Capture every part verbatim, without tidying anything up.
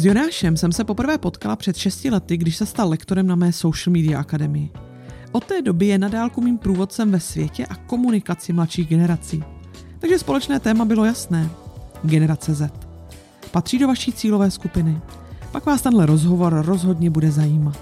S Jonášem jsem se poprvé potkala před šesti lety, když se stal lektorem na mé Social Media Akademii. Od té doby je nadálku mým průvodcem ve světě a komunikaci mladších generací. Takže společné téma bylo jasné. Generace Z. Patří do vaší cílové skupiny. Pak vás tenhle rozhovor rozhodně bude zajímat.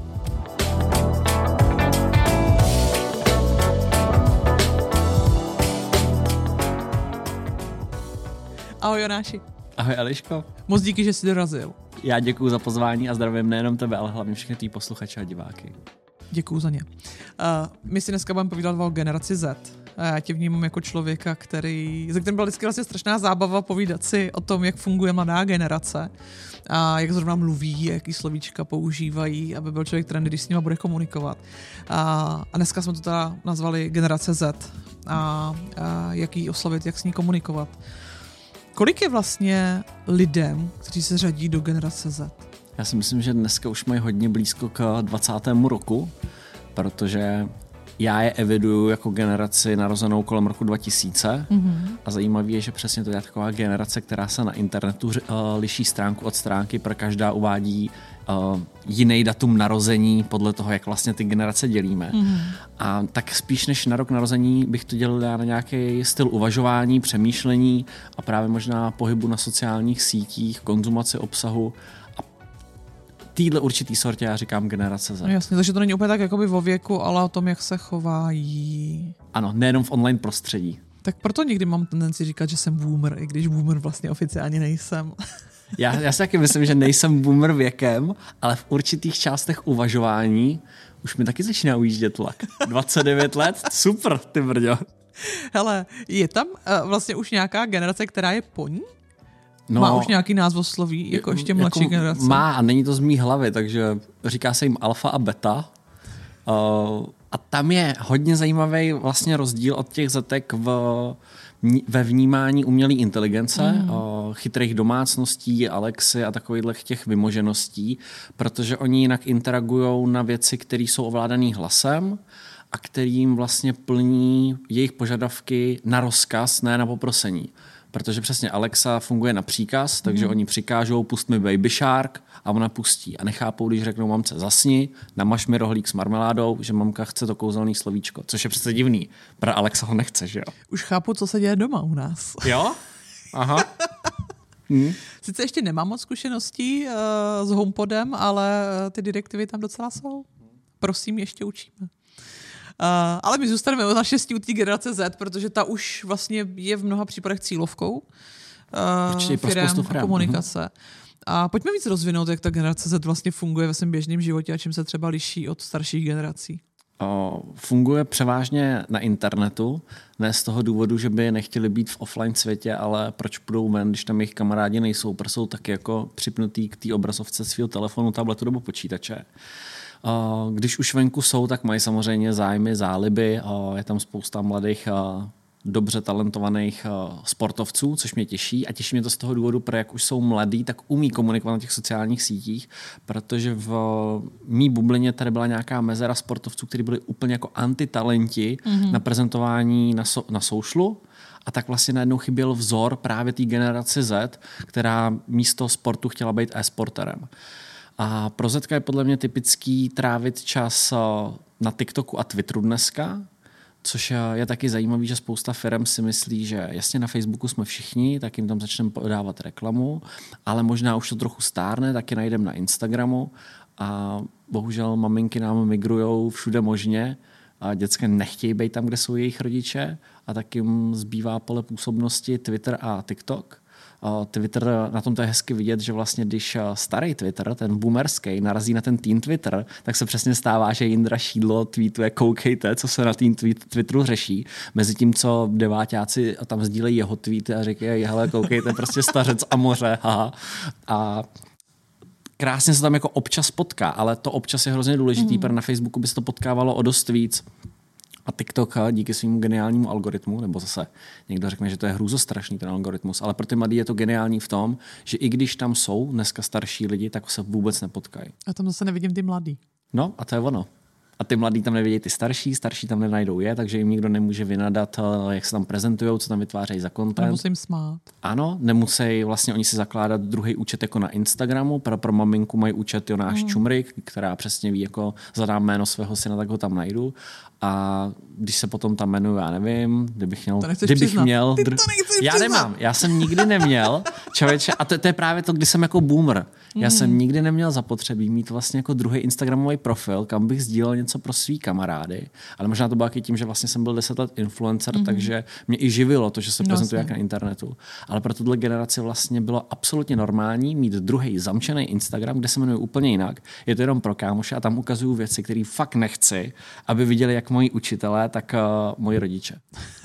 Ahoj Jonáši. Ahoj Eliško. Moc díky, že jsi dorazil. Já děkuju za pozvání a zdravím nejenom tebe, ale hlavně všechny tvý posluchače a diváky. Děkuju za ně. Uh, my si dneska budeme povídat o generaci Z. Já tě vnímám jako člověka, který, za kterým byla vždycky vlastně strašná zábava povídat si o tom, jak funguje mladá generace a jak zrovna mluví, jaký slovíčka používají, aby byl člověk trendy, když s nima bude komunikovat. A, a dneska jsme to teda nazvali generace Z a, a jak jí oslovit, jak s ní komunikovat. Kolik je vlastně lidem, kteří se řadí do generace Z? Já si myslím, že dneska už mají hodně blízko k dvacátému roku, protože já je eviduju jako generaci narozenou kolem roku dva tisíce mm-hmm. a zajímavé je, že přesně to je taková generace, která se na internetu uh, liší stránku od stránky, pro každá uvádí uh, jiný datum narození podle toho, jak vlastně ty generace dělíme. Mm-hmm. A tak spíš než na rok narození bych to dělal na nějaký styl uvažování, přemýšlení a právě možná pohybu na sociálních sítích, konzumaci obsahu. Týhle určitý sortě já říkám generace Z. No jasně, takže to není úplně tak jakoby o věku, ale o tom, jak se chovají. Ano, nejenom v online prostředí. Tak proto někdy mám tendenci říkat, že jsem boomer, i když boomer vlastně oficiálně nejsem. Já, já si taky myslím, že nejsem boomer věkem, ale v určitých částech uvažování už mi taky začíná ujíždět vlak. dvacet devět let, super, ty brďo. Hele, je tam uh, vlastně už nějaká generace, která je po ní? No, má už nějaký názvosloví, jako ještě mladší jako generace? Má a není to z mý hlavy, takže říká se jim alfa a beta. Uh, a tam je hodně zajímavý vlastně rozdíl od těch zetek v, ve vnímání umělé inteligence, mm. uh, chytrých domácností, Alexy a takových těch vymožeností, protože oni jinak interagují na věci, které jsou ovládané hlasem a kterým vlastně plní jejich požadavky na rozkaz, ne na poprosení. Protože přesně Alexa funguje na příkaz, takže mm. oni přikážou, pust mi Baby Shark a ona pustí. A nechápou, když řeknou mamce zasni, namaž mi rohlík s marmeládou, že mamka chce to kouzelný slovíčko, což je přece divný. Pro Alexa ho nechce, že jo? Už chápu, co se děje doma u nás. Jo? Aha. Hmm. Sice ještě nemám moc zkušeností uh, s HomePodem, ale ty direktivy tam docela jsou. Prosím, ještě učíme. Uh, ale my zůstaneme naštěstí u té generace Z, protože ta už vlastně je v mnoha případech cílovkou uh, firem a komunikace. Uh-huh. A pojďme víc rozvinout, jak ta generace Z vlastně funguje ve svém běžném životě a čím se třeba liší od starších generací. O, funguje převážně na internetu, ne z toho důvodu, že by nechtěli být v offline světě, ale proč půjdou ven, když tam jejich kamarádi nejsou, protože jsou taky jako připnutý k té obrazovce svého telefonu, tabletu nebo počítače. Když už venku jsou, tak mají samozřejmě zájmy, záliby. Je tam spousta mladých, dobře talentovaných sportovců, což mě těší. A těší mě to z toho důvodu, protože jak už jsou mladí, tak umí komunikovat na těch sociálních sítích, protože v mý bublině tady byla nějaká mezera sportovců, kteří byli úplně jako antitalenti mm-hmm. na prezentování na, so, na socialu. A tak vlastně najednou chyběl vzor právě té generaci Z, která místo sportu chtěla být e-sporterem. A pro Zetka je podle mě typický trávit čas na TikToku a Twitteru dneska, což je taky zajímavý, že spousta firem si myslí, že jasně na Facebooku jsme všichni, tak jim tam začneme podávat reklamu, ale možná už to trochu stárne, tak je najdeme na Instagramu a bohužel maminky nám migrujou všude možně a děcka nechtějí být tam, kde jsou jejich rodiče a tak jim zbývá pole působnosti Twitter a TikTok. Twitter, na tom to je hezky vidět, že vlastně když starý Twitter, ten boomerský, narazí na ten teen Twitter, tak se přesně stává, že Jindra Šídlo tweetuje koukejte, co se na teen Twitteru řeší. Mezi tím, co deváťáci tam sdílejí jeho tweety a říkají, hele, koukejte, prostě stařec a moře, haha. A krásně se tam jako občas potká, ale to občas je hrozně důležitý, mm. protože na Facebooku by se to potkávalo o dost víc. A TikTok díky svému geniálnímu algoritmu, nebo zase někdo řekne, že to je hrůzostrašný ten algoritmus, ale pro ty mladí je to geniální v tom, že i když tam jsou dneska starší lidi, tak se vůbec nepotkají. A tam zase nevidím ty mladý. No a to je ono. A ty mladí tam nevědí ty starší, starší tam nenajdou je, takže jim nikdo nemůže vynadat, jak se tam prezentují, co tam vytvářejí za content. Nemusím smát. Ano, nemusí vlastně oni si zakládat druhý účet jako na Instagramu, pro, pro maminku mají účet Jonáš mm. Čumrik, která přesně ví, jako zadám jméno svého syna, tak ho tam najdu. A když se potom tam jmenuju, já nevím, kdybych měl... Kdybych měl Ty to dr... Já přiznat. nemám, já jsem nikdy neměl, člověče, a to, to je právě to, kdy jsem jako boomer. Já Mm. jsem nikdy neměl zapotřebí mít vlastně jako druhý Instagramový profil, kam bych sdílel něco pro svý kamarády, ale možná to bylo i tím, že vlastně jsem byl deset let influencer, mm-hmm. takže mě i živilo to, že se prezentuje jak na internetu. Ale pro tuhle generaci vlastně bylo absolutně normální mít druhý zamčený Instagram, kde se jmenuje úplně jinak. Je to jenom pro kámoše a tam ukazuju věci, které fakt nechci, aby viděli jak moji učitelé, tak uh, moji rodiče.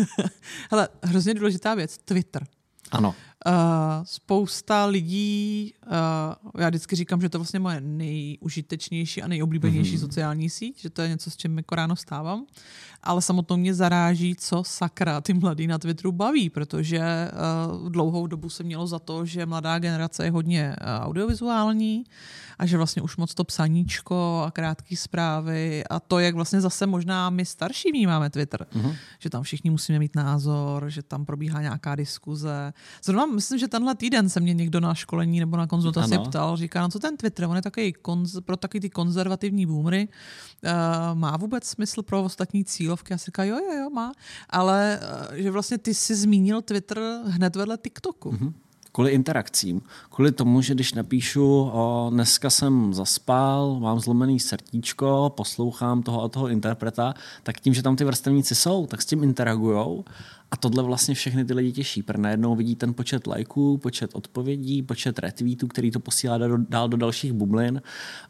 Hele, hrozně důležitá věc, Twitter. Ano. Uh, spousta lidí, uh, já vždycky říkám, že to je vlastně moje nejužitečnější a nejoblíbenější mm-hmm. sociální síť, že to je něco, s čím jako ráno stávám, ale samotnou mě zaráží, co sakra ty mladý na Twitteru baví, protože uh, dlouhou dobu se mělo za to, že mladá generace je hodně uh, audiovizuální a že vlastně už moc to psaníčko a krátké zprávy a to, jak vlastně zase možná my starší vnímáme Twitter, mm-hmm. že tam všichni musíme mít názor, že tam probíhá nějaká diskuze. Zrovna myslím, že tenhle týden se mě někdo na školení nebo na konzultaci ano. ptal, říká, no co ten Twitter, on je takový konz, pro taky ty konzervativní boomery, uh, má vůbec smysl pro ostatní cílovky? Já si říkám, jo, jo, jo, má, ale uh, že vlastně ty jsi zmínil Twitter hned vedle TikToku. Mm-hmm. Kvůli interakcím. Kvůli tomu, že když napíšu, o, dneska jsem zaspal, mám zlomený srdíčko, poslouchám toho a toho interpreta, tak tím, že tam ty vrstevníci jsou, tak s tím interagujou. A tohle vlastně všechny ty lidi těší, protože najednou vidí ten počet lajků, počet odpovědí, počet retweetů, který to posílá do, dál do dalších bublin.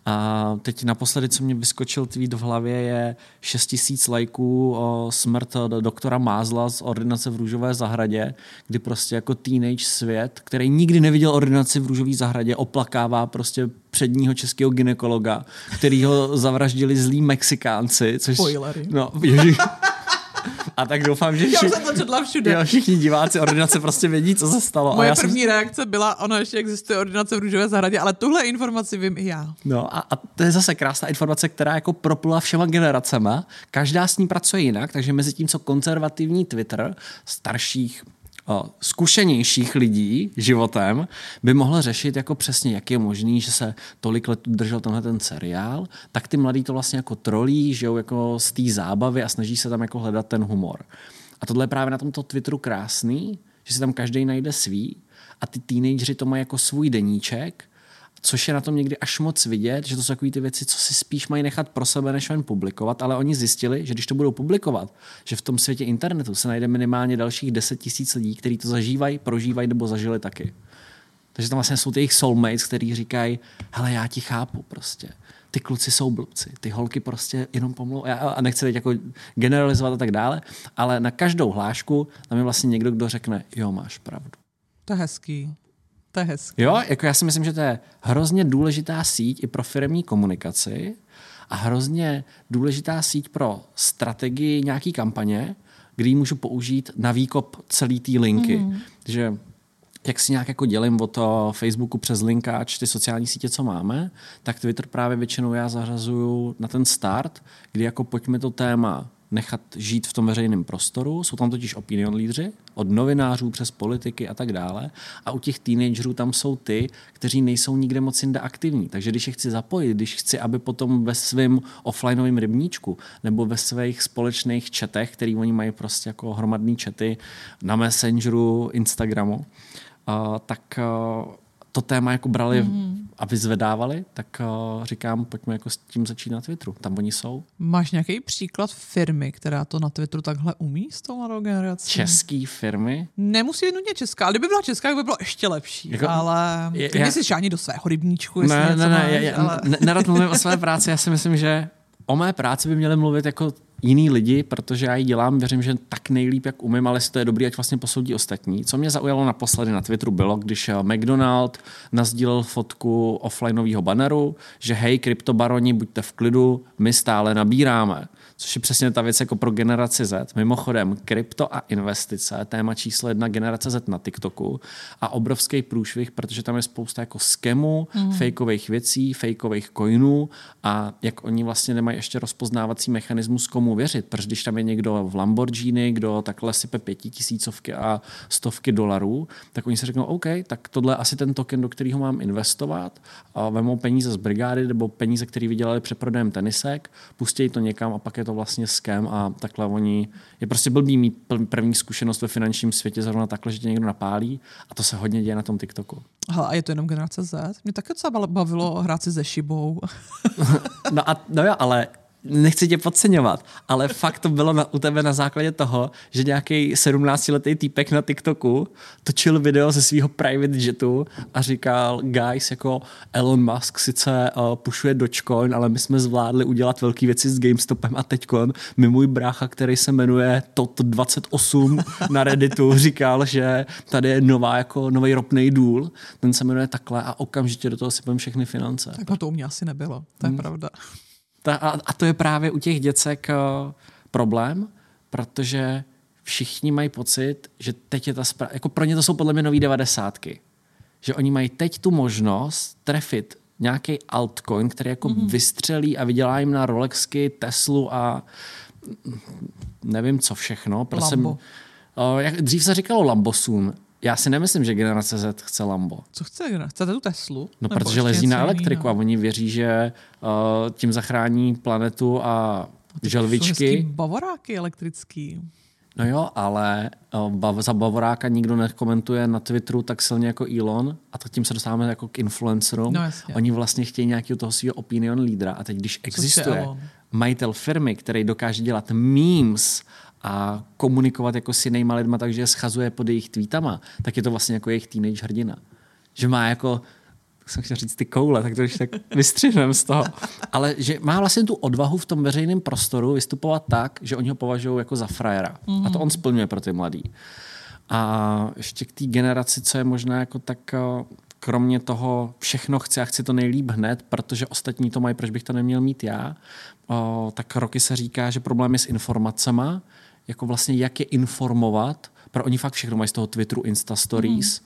A teď naposledy, co mě vyskočil tweet v hlavě, je šest tisíc lajků o smrt doktora Mázla z ordinace v Růžové zahradě, kdy prostě jako teenage svět, který nikdy neviděl ordinaci v Růžové zahradě, oplakává prostě předního českého gynekologa, kterýho zavraždili zlí Mexikánci. Což, Spoilery. No, ježi, a tak doufám, že všichni, já jsem to četla všude. Jo, všichni diváci ordinace prostě vědí, co se stalo. Moje a já první jsem... reakce byla, ono ještě existuje ordinace v Růžové zahradě, ale tuhle informaci vím i já. No a, a to je zase krásná informace, která jako proplula všema generacema. Každá s ní pracuje jinak, takže mezi tím, co konzervativní Twitter starších o, zkušenějších lidí životem by mohl řešit jako přesně, jak je možný, že se tolik let udržel tenhle ten seriál, tak ty mladí to vlastně jako trolí, žijou jako z té zábavy a snaží se tam jako hledat ten humor. A tohle je právě na tomto Twitteru krásný, že si tam každý najde svý a ty teenageři to mají jako svůj deníček, což je na tom někdy až moc vidět, že to jsou takové ty věci, co si spíš mají nechat pro sebe, než ven publikovat, ale oni zjistili, že když to budou publikovat, že v tom světě internetu se najde minimálně dalších deset tisíc lidí, kteří to zažívají, prožívají nebo zažili taky. Takže tam vlastně jsou ty jejich soulmates, kteří říkají, hele, já ti chápu prostě. Ty kluci jsou blbci, ty holky prostě jenom pomlou. A nechci teď jako generalizovat a tak dále, ale na každou hlášku tam je vlastně někdo, kdo řekne, jo, máš pravdu. To je hezký. To je hezký. Jo, jako já si myslím, že to je hrozně důležitá síť i pro firemní komunikaci a hrozně důležitá síť pro strategii nějaký kampaně, kdy ji můžu použít na výkop celý té linky. Mm. Takže jak si nějak jako dělím od Facebooku přes linkáč ty sociální sítě, co máme, tak Twitter právě většinou já zařazuju na ten start, kdy jako pojďme to téma nechat žít v tom veřejném prostoru. Jsou tam totiž opinion lídři, od novinářů přes politiky a tak dále. A u těch teenagerů tam jsou ty, kteří nejsou nikde moc jinde aktivní. Takže když je chci zapojit, když chci, aby potom ve svém offlineovém rybníčku nebo ve svých společných chatech, který oni mají prostě jako hromadný chaty na Messengeru, Instagramu, uh, tak uh, to téma jako brali mm-hmm. a vyzvedávali, tak uh, říkám, pojďme jako s tím začít na Twitteru. Tam oni jsou. Máš nějaký příklad firmy, která to na Twitteru takhle umí s tou mladou generací? Český firmy? Nemusí být nutně česká, ale kdyby byla česká, tak by bylo ještě lepší. Jako, ale ty já... myslíš ani do svého rybníčku. Ne, ne, ne, máš, já, ale... nerad mluvím o své práci, já si myslím, že o mé práci by měli mluvit jako jiný lidi, protože já ji dělám, věřím, že tak nejlíp, jak umím, ale jestli to je dobrý, ať vlastně posoudí ostatní. Co mě zaujalo naposledy na Twitteru bylo, když McDonald nasdílel fotku offlineového banneru, že hej, kryptobaroni, buďte v klidu, my stále nabíráme. Což je přesně ta věc jako pro generaci Z. Mimochodem, krypto a investice, téma číslo jedna generace Z na TikToku a obrovský průšvih, protože tam je spousta jako skemů, mm. fejkových věcí, fejkových coinů a jak oni vlastně nemají ještě rozpoznávací mechanismus, komu věřit. Protože když tam je někdo v Lamborghini, kdo takhle sype pětitisícovky a stovky dolarů, tak oni si řeknou, OK, tak tohle je asi ten token, do kterého mám investovat a vemou peníze z brigády nebo peníze, které vydělali přeprodejem tenisek, pustí to někam a pak je to vlastně scam a takhle oni, je prostě blbý mít první zkušenost ve finančním světě zrovna takhle, že tě někdo napálí a to se hodně děje na tom TikToku. Hele, a je to jenom generace Z? Mě taky docela bavilo hrát si se šibou. no, a, no jo, ale nechci tě podceňovat, ale fakt to bylo na, u tebe na základě toho, že nějaký sedmnáctiletý týpek na TikToku točil video ze svého private jetu a říkal, guys, jako Elon Musk sice uh, pušuje Dogecoin, ale my jsme zvládli udělat velké věci s GameStopem a teďkon mi můj brácha, který se jmenuje Tot dvacet osm na Redditu, říkal, že tady je nová, jako nový ropný důl, ten se jmenuje takhle a okamžitě do toho sypem všechny finance. Takhle to u mě asi nebylo, to je hmm. pravda. Ta, a, a to je právě u těch děcek uh, problém, protože všichni mají pocit, že teď je ta spra- jako pro ně to jsou podle mě nový devadesátky. Že oni mají teď tu možnost trefit nějaký altcoin, který jako mm-hmm. vystřelí a vydělá jim na Rolexky, Teslu a nevím co všechno. Prosím, Lambo. Uh, jak dřív se říkalo Lambosun. Já si nemyslím, že generace Z chce Lambo. Co chce? Chcete tu Teslu? No, protože lezí na elektriku a oni věří, že uh, tím zachrání planetu a, a želvičky. Bavoráky elektrický. No jo, ale uh, bav, za Bavoráka nikdo nekomentuje na Twitteru tak silně jako Elon a to tím se dostáváme jako k influencerům. No, oni vlastně chtějí nějakého toho svého opinion lídra a teď, když existuje majitel firmy, který dokáže dělat memes a komunikovat jako s jinýma lidma, takže je schazuje pod jejich tweetama, tak je to vlastně jako jejich teenage hrdina. Že má jako, jsem chtěl říct ty koule, tak to už tak vystřihnem z toho. Ale že má vlastně tu odvahu v tom veřejném prostoru vystupovat tak, že oni ho považují jako za frajera. Mm. A to on splňuje pro ty mladý. A ještě k té generaci, co je možná jako tak, kromě toho všechno chci a chci to nejlíp hned, protože ostatní to mají, proč bych to neměl mít já, o, tak roky se říká, že problém je s informacema, jako vlastně jak je informovat, protože oni fakt všechno mají z toho Twitteru, Insta Stories, mm.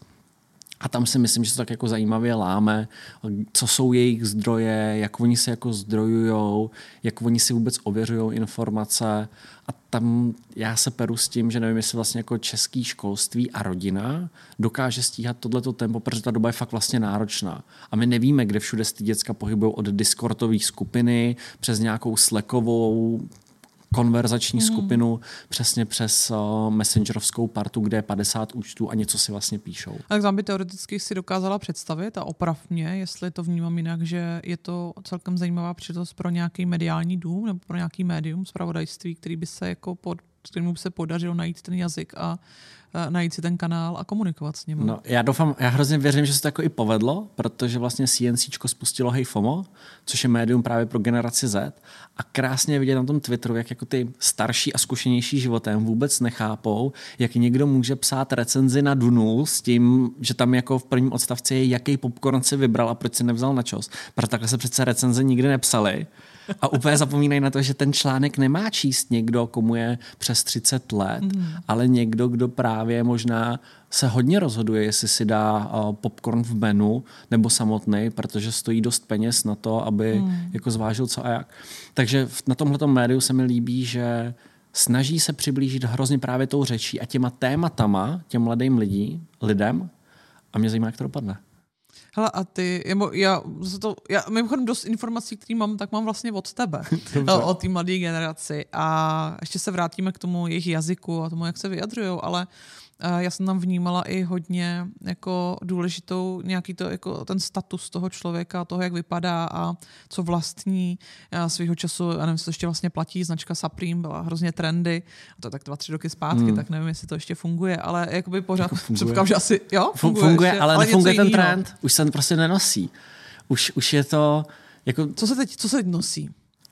a tam si myslím, že se tak jako zajímavě láme, co jsou jejich zdroje, jak oni se jako zdrojujou, jak oni si vůbec ověřujou informace. A tam já se peru s tím, že nevím, jestli vlastně jako český školství a rodina dokáže stíhat tohleto tempo, protože ta doba je fakt vlastně náročná. A my nevíme, kde všude ty děcka pohybují od Discordové skupiny přes nějakou Slackovou konverzační mm. skupinu přesně přes uh, messengerovskou partu, kde je padesát účtů a něco si vlastně píšou. Tak tam by teoreticky si dokázala představit a oprav mě, jestli to vnímám jinak, že je to celkem zajímavá příležitost pro nějaký mediální dům nebo pro nějaký médium zpravodajství, který by se jako pod, kterému by se podařilo najít ten jazyk a najít si ten kanál a komunikovat s ním. No, já doufám, já hrozně věřím, že se to jako i povedlo, protože vlastně CNCčko spustilo Hey FOMO, což je médium právě pro generaci Z a krásně vidět na tom Twitteru, jak jako ty starší a zkušenější životem vůbec nechápou, jak někdo může psát recenzi na Dunu s tím, že tam jako v prvním odstavci je, jaký popcorn si vybral a proč si nevzal na čos. Protože takhle se přece recenze nikdy nepsaly. A úplně zapomínají na to, že ten článek nemá číst někdo, komu je přes třicet let, mm. ale někdo, kdo právě možná se hodně rozhoduje, jestli si dá uh, popcorn v menu nebo samotný, protože stojí dost peněz na to, aby mm. jako zvážil co a jak. Takže na tomhletom médiu se mi líbí, že snaží se přiblížit hrozně právě tou řečí a těma tématama těm mladým lidí, lidem a mě zajímá, jak to dopadne. Hele, a ty, já, to, já mimochodem dost informací, které mám, tak mám vlastně od tebe, o té mladé generaci a ještě se vrátíme k tomu jejich jazyku a tomu, jak se vyjadřujou, ale já jsem tam vnímala i hodně jako důležitou nějaký to, jako ten status toho člověka, toho, jak vypadá a co vlastní. Já svýho času, já nevím, jestli to ještě vlastně platí, značka Supreme byla hrozně trendy, a to je tak dva, tři roky zpátky, hmm. tak nevím, jestli to ještě funguje, ale jakoby pořád jako předpokládám, že asi, jo, funguje, funguje ještě, ale, ale nefunguje ten trend, už se prostě nenosí. Už, už je to, jako... Co se teď, co se teď nosí?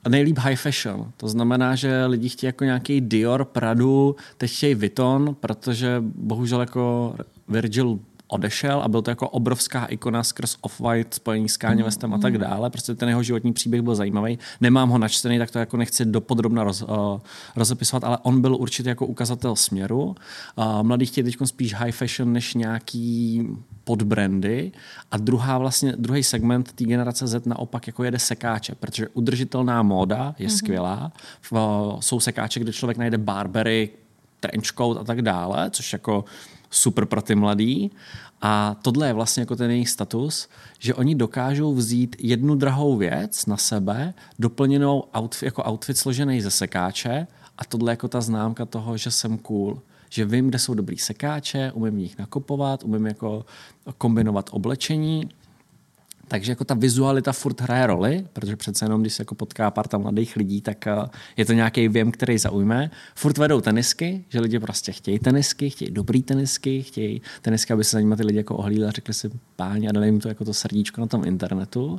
A nejlíp high fashion. To znamená, že lidi chtějí jako nějaký Dior, Pradu, teď chtějí Vuitton, protože bohužel jako Virgil odešel a byl to jako obrovská ikona skrz Off-White, spojení s Kanye Westem mm. a tak dále. Prostě ten jeho životní příběh byl zajímavý. Nemám ho načtený, tak to jako nechci dopodrobna roz, uh, rozepisovat, ale on byl určitě jako ukazatel směru. Uh, mladí chtějí teď spíš high fashion než nějaký podbrandy. A druhá vlastně, druhý segment té generace Z naopak jako jede sekáče, protože udržitelná móda je mm-hmm. skvělá. Uh, jsou sekáče, kde člověk najde Barbery, trenchcoat a tak dále, což jako super pro ty mladý. A tohle je vlastně jako ten jejich status, že oni dokážou vzít jednu drahou věc na sebe, doplněnou outfit, jako outfit složený ze sekáče a tohle je jako ta známka toho, že jsem cool. Že vím, kde jsou dobrý sekáče, umím jich nakupovat, umím jako kombinovat oblečení. Takže jako ta vizualita furt hraje roli, protože přece jenom, když se jako potká parta mladých lidí, tak je to nějaký věm, který zaujme. Furt vedou tenisky, že lidi prostě chtějí tenisky, chtějí dobrý tenisky, chtějí tenisky, aby se za nimi ty lidi jako ohlídli a řekli si páni a dali jim to jako to srdíčko na tom internetu.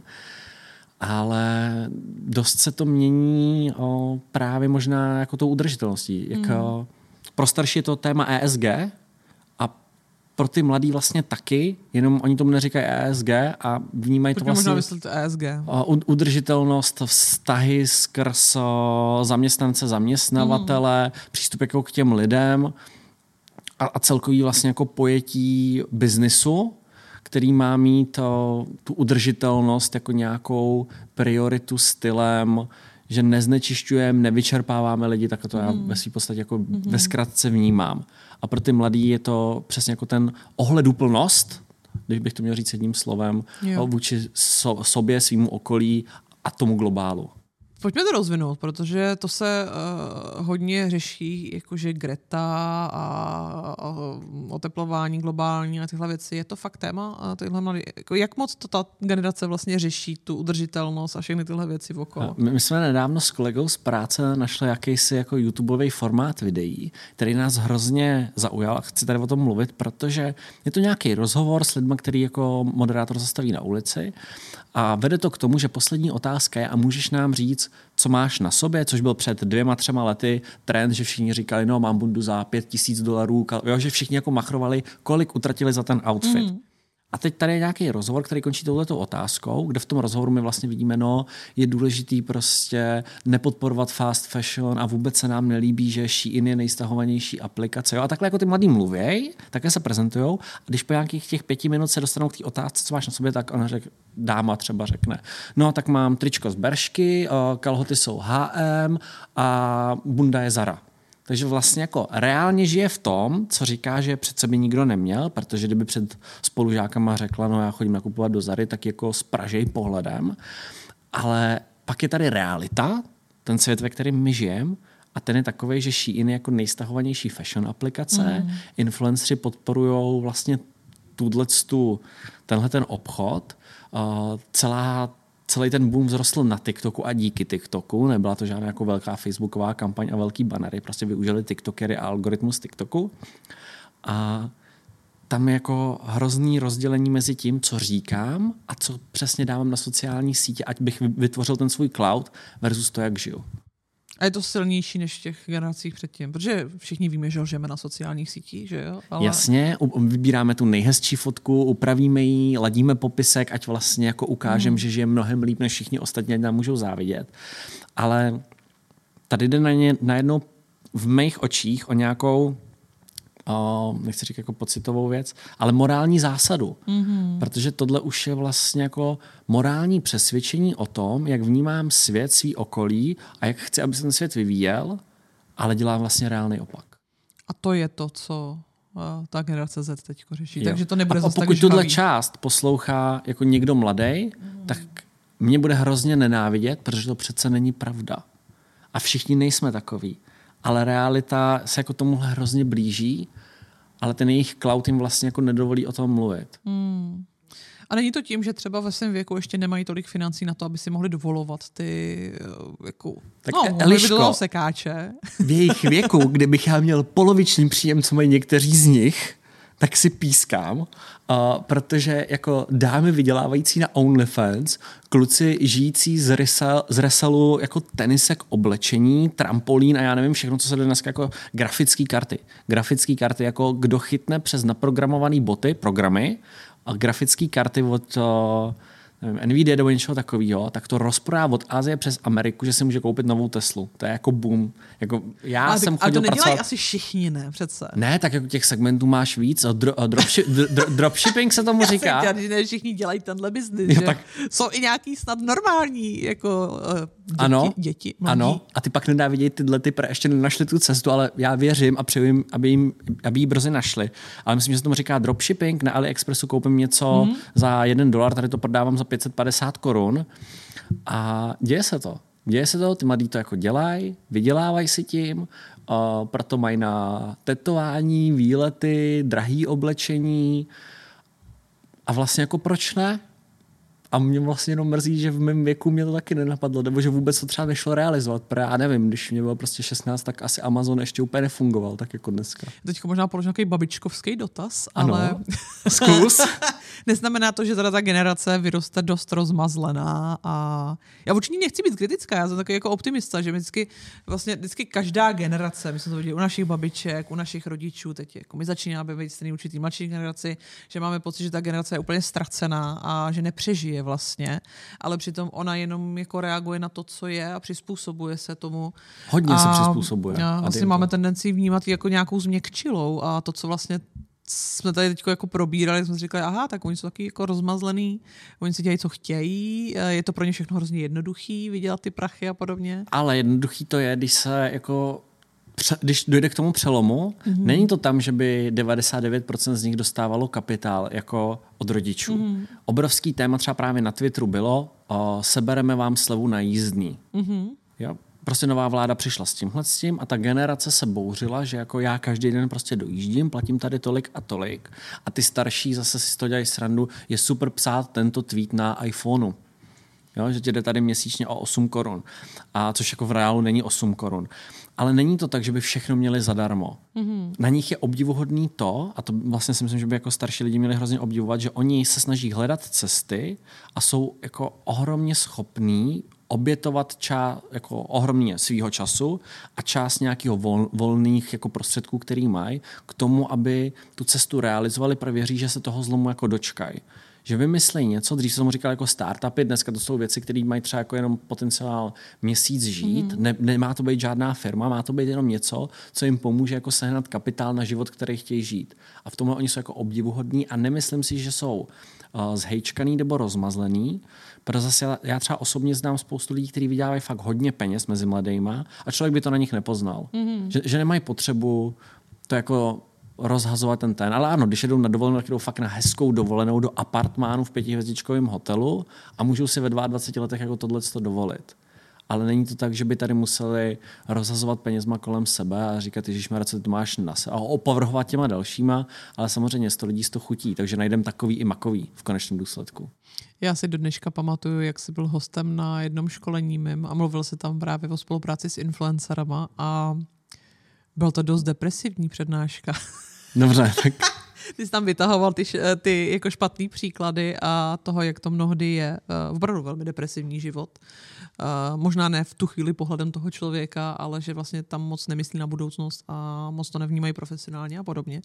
Ale dost se to mění o právě možná jako tou udržitelností. Jak, mm. Pro starší je to téma E S G, pro ty mladý vlastně taky, jenom oni tomu neříkají E S G a vnímají to vlastně... možná vysvětlit E S G. Udržitelnost, vztahy skrz zaměstnance, zaměstnavatele, mm. přístup jako k těm lidem a, a celkový vlastně jako pojetí biznisu, který má mít o, tu udržitelnost jako nějakou prioritu stylem, že neznečišťujeme, nevyčerpáváme lidi, tak to já mm. ve svým podstatě jako mm. ve zkratce vnímám. A pro ty mladý je to přesně jako ten ohleduplnost, když bych to měl říct jedním slovem, jo. vůči so, sobě, svýmu okolí a tomu globálu. Pojďme to rozvinout, protože to se uh, hodně řeší, jakože Greta a, a oteplování globální a tyhle věci. Je to fakt téma? A tyhle mladý, jako jak moc to ta generace vlastně řeší, tu udržitelnost a všechny tyhle věci okolo? My, my jsme nedávno s kolegou z práce našli jakýsi jako YouTubeový formát videí, který nás hrozně zaujal a chci tady o tom mluvit, protože je to nějaký rozhovor s lidmi, který jako moderátor zastaví na ulici a vede to k tomu, že poslední otázka je a můžeš nám říct, co máš na sobě, což byl před dvěma, třema lety trend, že všichni říkali, no mám bundu za pět tisíc dolarů, jo, že všichni jako machrovali, kolik utratili za ten outfit. Mm. A teď tady je nějaký rozhovor, který končí touhletou otázkou, kde v tom rozhovoru my vlastně vidíme, no, je důležitý prostě nepodporovat fast fashion a vůbec se nám nelíbí, že Shein je nejstahovanější aplikace. Jo? A takhle jako ty mladí mluvěj, takhle se prezentujou a když po nějakých těch pěti minut se dostanou k té otázce, co máš na sobě, tak ona řek, dáma třeba řekne, no tak mám tričko z Beršky, kalhoty jsou H and M a bunda je Zara. Takže vlastně jako reálně žije v tom, co říká, že přece by nikdo neměl, protože kdyby před spolužákama řekla, no já chodím nakupovat do Zary, tak jako s pražej pohledem. Ale pak je tady realita, ten svět, ve kterém my žijeme, a ten je takovej, že Shein je jako nejstahovanější fashion aplikace. Mm. Influenceri podporujou vlastně tuto, tenhle ten obchod. Uh, celá Celý ten boom vzrostl na TikToku a díky TikToku. Nebyla to žádná jako velká facebooková kampaň a velký bannery. Prostě využili TikTokery a algoritmus TikToku. A tam je jako hrozný rozdělení mezi tím, co říkám a co přesně dávám na sociální sítě, ať bych vytvořil ten svůj cloud versus to, jak žiju. A je to silnější než v těch generacích předtím, protože všichni víme, že žijeme na sociálních sítích, že jo? Ale... Jasně, vybíráme tu nejhezčí fotku, upravíme ji, ladíme popisek, ať vlastně jako ukážeme, mm. že žijeme mnohem líp, než všichni ostatní, ať nám můžou závidět. Ale tady jde na ně, najednou v mých očích o nějakou, o, nechci říct jako pocitovou věc, ale morální zásadu. Mm-hmm. Protože tohle už je vlastně jako morální přesvědčení o tom, jak vnímám svět, svý okolí a jak chci, aby se ten svět vyvíjel, ale dělám vlastně reálný opak. A to je to, co uh, ta generace Z teď řeší. Jo. Takže to nebude a zase tak pokud tuhle část poslouchá jako někdo mladý, mm. tak mě bude hrozně nenávidět, protože to přece není pravda. A všichni nejsme takový. Ale realita se jako tomuhle hrozně blíží, ale ten jejich cloud jim vlastně jako nedovolí o tom mluvit. Hmm. A není to tím, že třeba ve svém věku ještě nemají tolik financí na to, aby si mohli dovolovat ty jako, tak no, Eliško, sekáče. V jejich věku, kdybych já měl poloviční příjem, co mají někteří z nich, tak si pískám, uh, protože jako dámy vydělávající na OnlyFans, kluci žijící z, rysel, z resalu jako tenisek, oblečení, trampolín a já nevím všechno, co se jde dneska jako grafické karty. Grafické karty, jako kdo chytne přes naprogramované boty, programy a grafické karty od... Uh, nevím, Nvidia nebo něčeho takového, tak to rozprodá od Asie přes Ameriku, že si může koupit novou Teslu. To je jako boom. Jako já ale jsem tak, chodil ale to nedělají pracovat... asi všichni, ne? Přece. Ne, tak jako těch segmentů máš víc. Dro, dropship, dro, dropshipping se tomu já říká. Já jsem ne, všichni dělají tenhle biznis. Tak... Jsou i nějaký snad normální jako uh, děti. Ano, děti ano, a ty pak nedá vidět tyhle ty, ještě nenašli tu cestu, ale já věřím a přeju jim, aby, jim, aby ji brzy našli. Ale myslím, že se tomu říká dropshipping. Na AliExpressu koupím něco hmm. za jeden dolar, tady to prodávám za pět set padesát korun a děje se to. Děje se to, ty mladí to jako dělají, vydělávají si tím, uh, proto mají na tetování, výlety, drahý oblečení a vlastně jako proč ne? A mě vlastně jenom mrzí, že v mém věku mě to taky nenapadlo, nebo že vůbec to třeba nešlo realizovat. Protože já nevím, když mě bylo prostě šestnáct, tak asi Amazon ještě úplně nefungoval, tak jako dneska. Teďko možná položím nějaký babičkovský dotaz, ano. ale zkus. Neznamená to, že teda ta generace vyroste dost rozmazlená a já určitě nechci být kritická, já jsem takový jako optimista, že vždycky, vlastně vždycky každá generace, my jsme to viděli u našich babiček, u našich rodičů, teď jako my začínáme být stejný určitý mladší generaci, že máme pocit, že ta generace je úplně ztracená a že nepřežije vlastně, ale přitom ona jenom jako reaguje na to, co je a přizpůsobuje se tomu. Hodně a, se přizpůsobuje. A vlastně máme tendenci vnímat jako nějakou změkčilou a to, co vlastně jsme tady teď jako probírali, jsme si říkali, aha, tak oni jsou taky jako rozmazlený, oni si dělají, co chtějí, je to pro ně všechno hrozně jednoduchý, vydělat ty prachy a podobně. Ale jednoduchý to je, když se jako když dojde k tomu přelomu, mm-hmm. není to tam, že by devadesát devět procent z nich dostávalo kapitál jako od rodičů. Mm-hmm. Obrovský téma třeba právě na Twitteru bylo, o, sebereme vám slevu na jízdný. Mm-hmm. Jo? Prostě nová vláda přišla s tímhle s tím a ta generace se bouřila, že jako já každý den prostě dojíždím, platím tady tolik a tolik. A ty starší zase si to dělají srandu, je super psát tento tweet na iPhoneu. Jo, že ti jde tady měsíčně o osm korun. A což jako v reálu není osm korun. Ale není to tak, že by všechno měli zadarmo. Mm-hmm. Na nich je obdivuhodný to, a to vlastně si myslím, že by jako starší lidi měli hrozně obdivovat, že oni se snaží hledat cesty a jsou jako ohromně schopní obětovat ča, jako ohromně svýho času a část nějakého vol, volných jako prostředků, který mají, k tomu, aby tu cestu realizovali, protože věří, že se toho zlomu jako dočkají. Že vymyslejí něco, dřív jsem tomu říkal jako startupy, dneska to jsou věci, které mají třeba jako jenom potenciál měsíc žít, mm. ne, nemá to být žádná firma, má to být jenom něco, co jim pomůže jako sehnat kapitál na život, který chtějí žít. A v tomhle oni jsou jako obdivuhodní a nemyslím si, že jsou uh, zhejčkaný nebo rozmazlený, protože zase já třeba osobně znám spoustu lidí, kteří vydělávají fakt hodně peněz mezi mladejma a člověk by to na nich nepoznal. Mm. Že, že nemají potřebu to jako rozhazovat ten ten. Ale ano, když jedou na dovolenou, tak jdou fakt na hezkou dovolenou do apartmánu v pětihvězdičkovém hotelu a můžou si ve dvaceti dvou letech jako tohleto dovolit. Ale není to tak, že by tady museli rozhazovat penězma kolem sebe a říkat, ježišmarja, co ty máš na sebe a opovrhovat těma dalšíma, ale samozřejmě sto lidí z toho chutí, takže najdem takový i makový v konečném důsledku. Já si do dneška pamatuju, jak jsi byl hostem na jednom školení mým a mluvil se tam právě o spolupráci s influencerama a byl to dost depresivní přednáška. Dobře, tak... Ty jsi tam vytahoval ty, ty jako špatný příklady a toho, jak to mnohdy je uh, opravdu velmi depresivní život. Uh, možná ne v tu chvíli pohledem toho člověka, ale že vlastně tam moc nemyslí na budoucnost a moc to nevnímají profesionálně a podobně.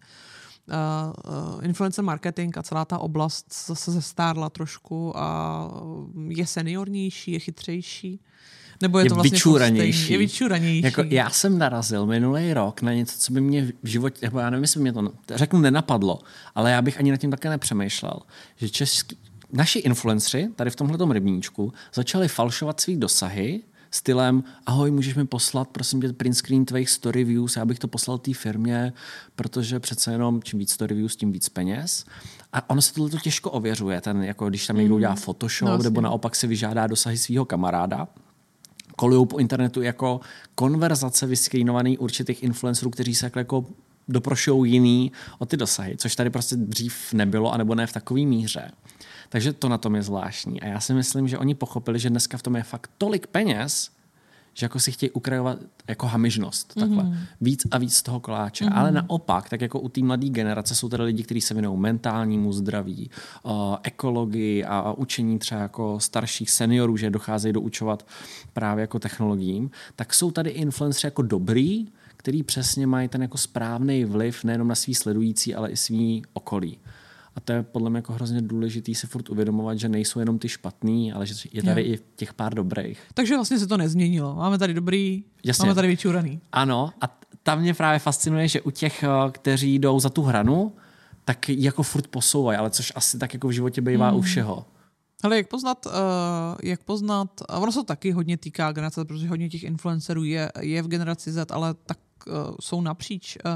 Uh, uh, influencer marketing a celá ta oblast zase zestárla trošku a je seniornější, je chytřejší. Nebo je, je to vlastně vyčuranější. Je vyčuranější. Jako já jsem narazil minulý rok na něco, co by mě v životě, jako já nevím, jestli mě to řeknu nenapadlo, ale já bych ani nad tím také nepřemýšlel, že český, naši influenceri tady v tomhletom rybníčku začali falšovat svý dosahy stylem ahoj, můžeš mi poslat, prosím tě, print screen tvých story views, já bych to poslal té firmě, protože přece jenom čím víc story views, tím víc peněz. A ono se tohle těžko ověřuje, ten, jako když tam někdo udělá Photoshop, no, nebo naopak si vyžádá dosahy svého kamaráda. Kolujou po internetu jako konverzace vyskrýnovaný určitých influencerů, kteří se jako doprošují jiný o ty dosahy, což tady prostě dřív nebylo, anebo ne v takové míře. Takže to na tom je zvláštní. A já si myslím, že oni pochopili, že dneska v tom je fakt tolik peněz, že jako si chtějí ukrajovat jako hamižnost, takhle. Mm-hmm. Víc a víc z toho koláče. Mm-hmm. Ale naopak, tak jako u té mladé generace jsou tady lidi, kteří se věnují mentálnímu zdraví, uh, ekologii a, a učení třeba jako starších seniorů, že docházejí doučovat právě jako technologiím, tak jsou tady influenceři jako dobrý, který přesně mají ten jako správný vliv nejenom na svý sledující, ale i svý okolí. A to je podle mě jako hrozně důležitý si furt uvědomovat, že nejsou jenom ty špatný, ale že je tady jo. i těch pár dobrých. Takže vlastně se to nezměnilo. Máme tady dobrý, Jasně. máme tady vyčuraný. Ano, a tam mě právě fascinuje, že u těch, kteří jdou za tu hranu, tak jako furt posouvají, ale což asi tak jako v životě bývá hmm. u všeho. Ale jak poznat, uh, jak poznat, a ono se taky hodně týká generace, protože hodně těch influencerů je, je v generaci Z, ale tak uh, jsou napříč. Uh,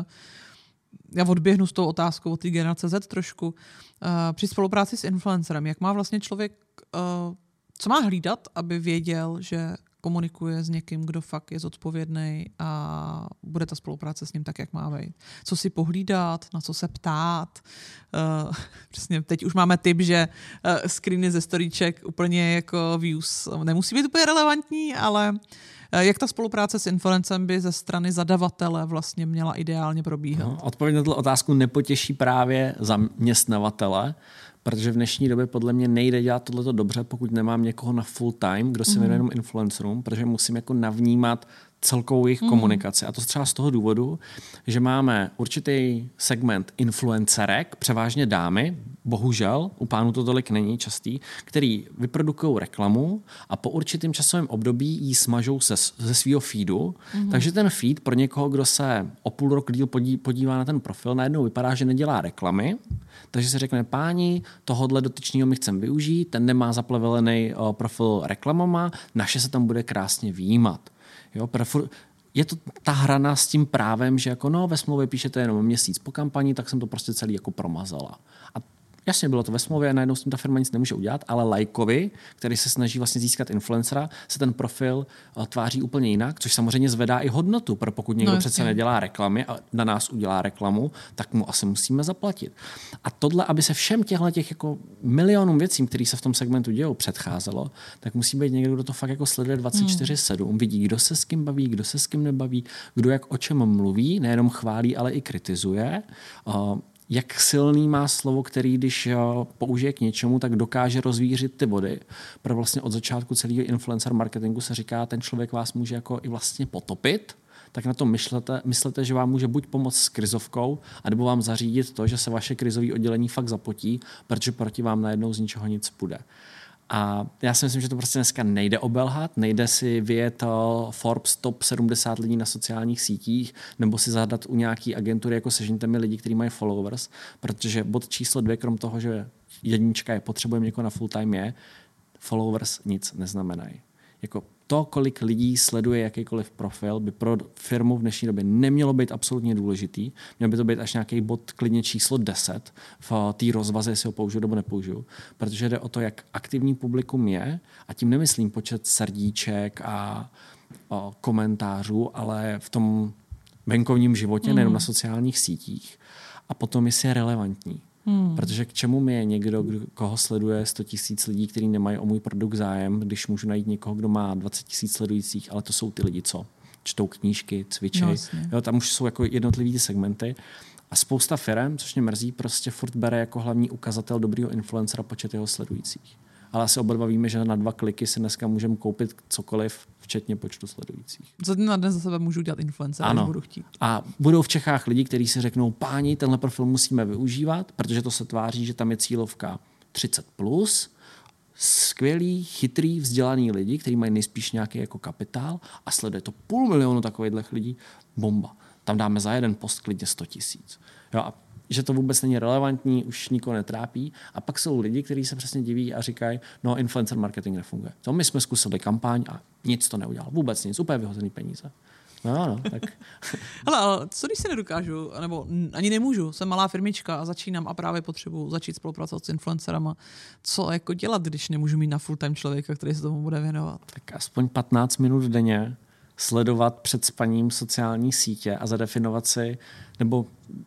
já odběhnu s tou otázkou od té generace Z trošku. Uh, při spolupráci s influencerem, jak má vlastně člověk, uh, co má hlídat, aby věděl, že komunikuje s někým, kdo fakt je zodpovědný a bude ta spolupráce s ním tak, jak má být. Co si pohlídat, na co se ptát. Uh, přesně teď už máme tip, že uh, screeny ze storíček úplně jako views nemusí být úplně relevantní, ale uh, jak ta spolupráce s influencem by ze strany zadavatele vlastně měla ideálně probíhat? No, odpověď na tu otázku nepotěší právě zaměstnavatele, protože v dnešní době podle mě nejde dělat tohleto dobře, pokud nemám někoho na full time, kdo se věnuje jenom influencerům, protože musím jako navnímat celkovou jejich mm. komunikaci. A to třeba z toho důvodu, že máme určitý segment influencerek, převážně dámy, bohužel, u pánů to tolik není častý, který vyprodukují reklamu a po určitým časovém období ji smažou se, ze svého feedu. Mm. Takže ten feed pro někoho, kdo se o půl roku díl podí, podívá na ten profil, najednou vypadá, že nedělá reklamy, takže se řekne, páni, tohodle dotyčního my chceme využít, ten nemá zaplevelený uh, profil reklamama, naše se tam bude krásně vyjímat. Jo, prefer... Je to ta hrana s tím právem, že jako no, ve smlouvě píšete jenom měsíc po kampani, tak jsem to prostě celý jako promazala. A jasně, bylo to ve smlouvě a najednou s tím ta firma nic nemůže udělat, ale lajkovi, který se snaží vlastně získat influencera, se ten profil uh, tváří úplně jinak, což samozřejmě zvedá i hodnotu, pro pokud někdo no, přece jasně. nedělá reklamy a na nás udělá reklamu, tak mu asi musíme zaplatit. A tohle, aby se všem těchto těch jako milionům věcí, které se v tom segmentu dějou, předcházelo, tak musí být někdo, kdo to fakt jako sleduje dvacet čtyři sedm, hmm. vidí, kdo se s kým baví, kdo se s kým nebaví, kdo jak o čem mluví, nejenom chválí, ale i kritizuje. Uh, jak silný má slovo, který když použije k něčemu, tak dokáže rozvířit ty body. Pro vlastně od začátku celého influencer marketingu se říká, ten člověk vás může jako i vlastně potopit, tak na to myslete, myslete, že vám může buď pomoct s krizovkou, anebo vám zařídit to, že se vaše krizové oddělení fakt zapotí, protože proti vám najednou z ničeho nic půjde. A já si myslím, že to prostě dneska nejde obelhat, nejde si vyjet Forbes top sedmdesát lidí na sociálních sítích nebo si zadat u nějaký agentury, jako sežněte mi lidi, kteří mají followers, protože bod číslo dvě, krom toho, že jednička je potřebujeme někoho na full time, je followers nic neznamenají. Jako to, kolik lidí sleduje jakýkoliv profil, by pro firmu v dnešní době nemělo být absolutně důležitý. Měl by to být až nějaký bod klidně číslo deset v té rozvaze, jestli ho použiju nebo nepoužiju. Protože jde o to, jak aktivní publikum je, a tím nemyslím počet srdíček a o, komentářů, ale v tom venkovním životě, mm. nejenom na sociálních sítích. A potom, jestli je relevantní. Hmm. Protože k čemu mi je někdo, kdo, koho sleduje sto tisíc lidí, kteří nemají o můj produkt zájem, když můžu najít někoho, kdo má dvacet tisíc sledujících, ale to jsou ty lidi, co čtou knížky, cvičí. No, tam už jsou jako jednotlivý ty segmenty. A spousta firem, což mě mrzí, prostě furt bere jako hlavní ukazatel dobrýho influencera počet jeho sledujících. Ale asi oba dva víme, že na dva kliky si dneska můžeme koupit cokoliv, včetně počtu sledujících. Za den na den za sebe můžu dělat influencer, když budu chtít. A budou v Čechách lidi, kteří si řeknou, páni, tenhle profil musíme využívat, protože to se tváří, že tam je cílovka třicet plus, skvělý, chytrý, vzdělaný lidi, kteří mají nejspíš nějaký jako kapitál a sleduje to půl milionu takových lidí, bomba. Tam dáme za jeden post klidně sto tisíc. Jo, a že to vůbec není relevantní, už nikoho netrápí. A pak jsou lidi, kteří se přesně diví a říkají, no influencer marketing nefunguje. To my jsme zkusili kampaň a nic to neudělalo. Vůbec nic, úplně vyhozený peníze. No, no, tak. Hele, ale co když si nedokážu, nebo ani nemůžu, jsem malá firmička a začínám a právě potřebuji začít spolupracovat s influencerama. Co jako dělat, když nemůžu mít na full time člověka, který se tomu bude věnovat? Tak aspoň patnáct minut denně sledovat před spaním sociální sítě a zadefinovat si, nebo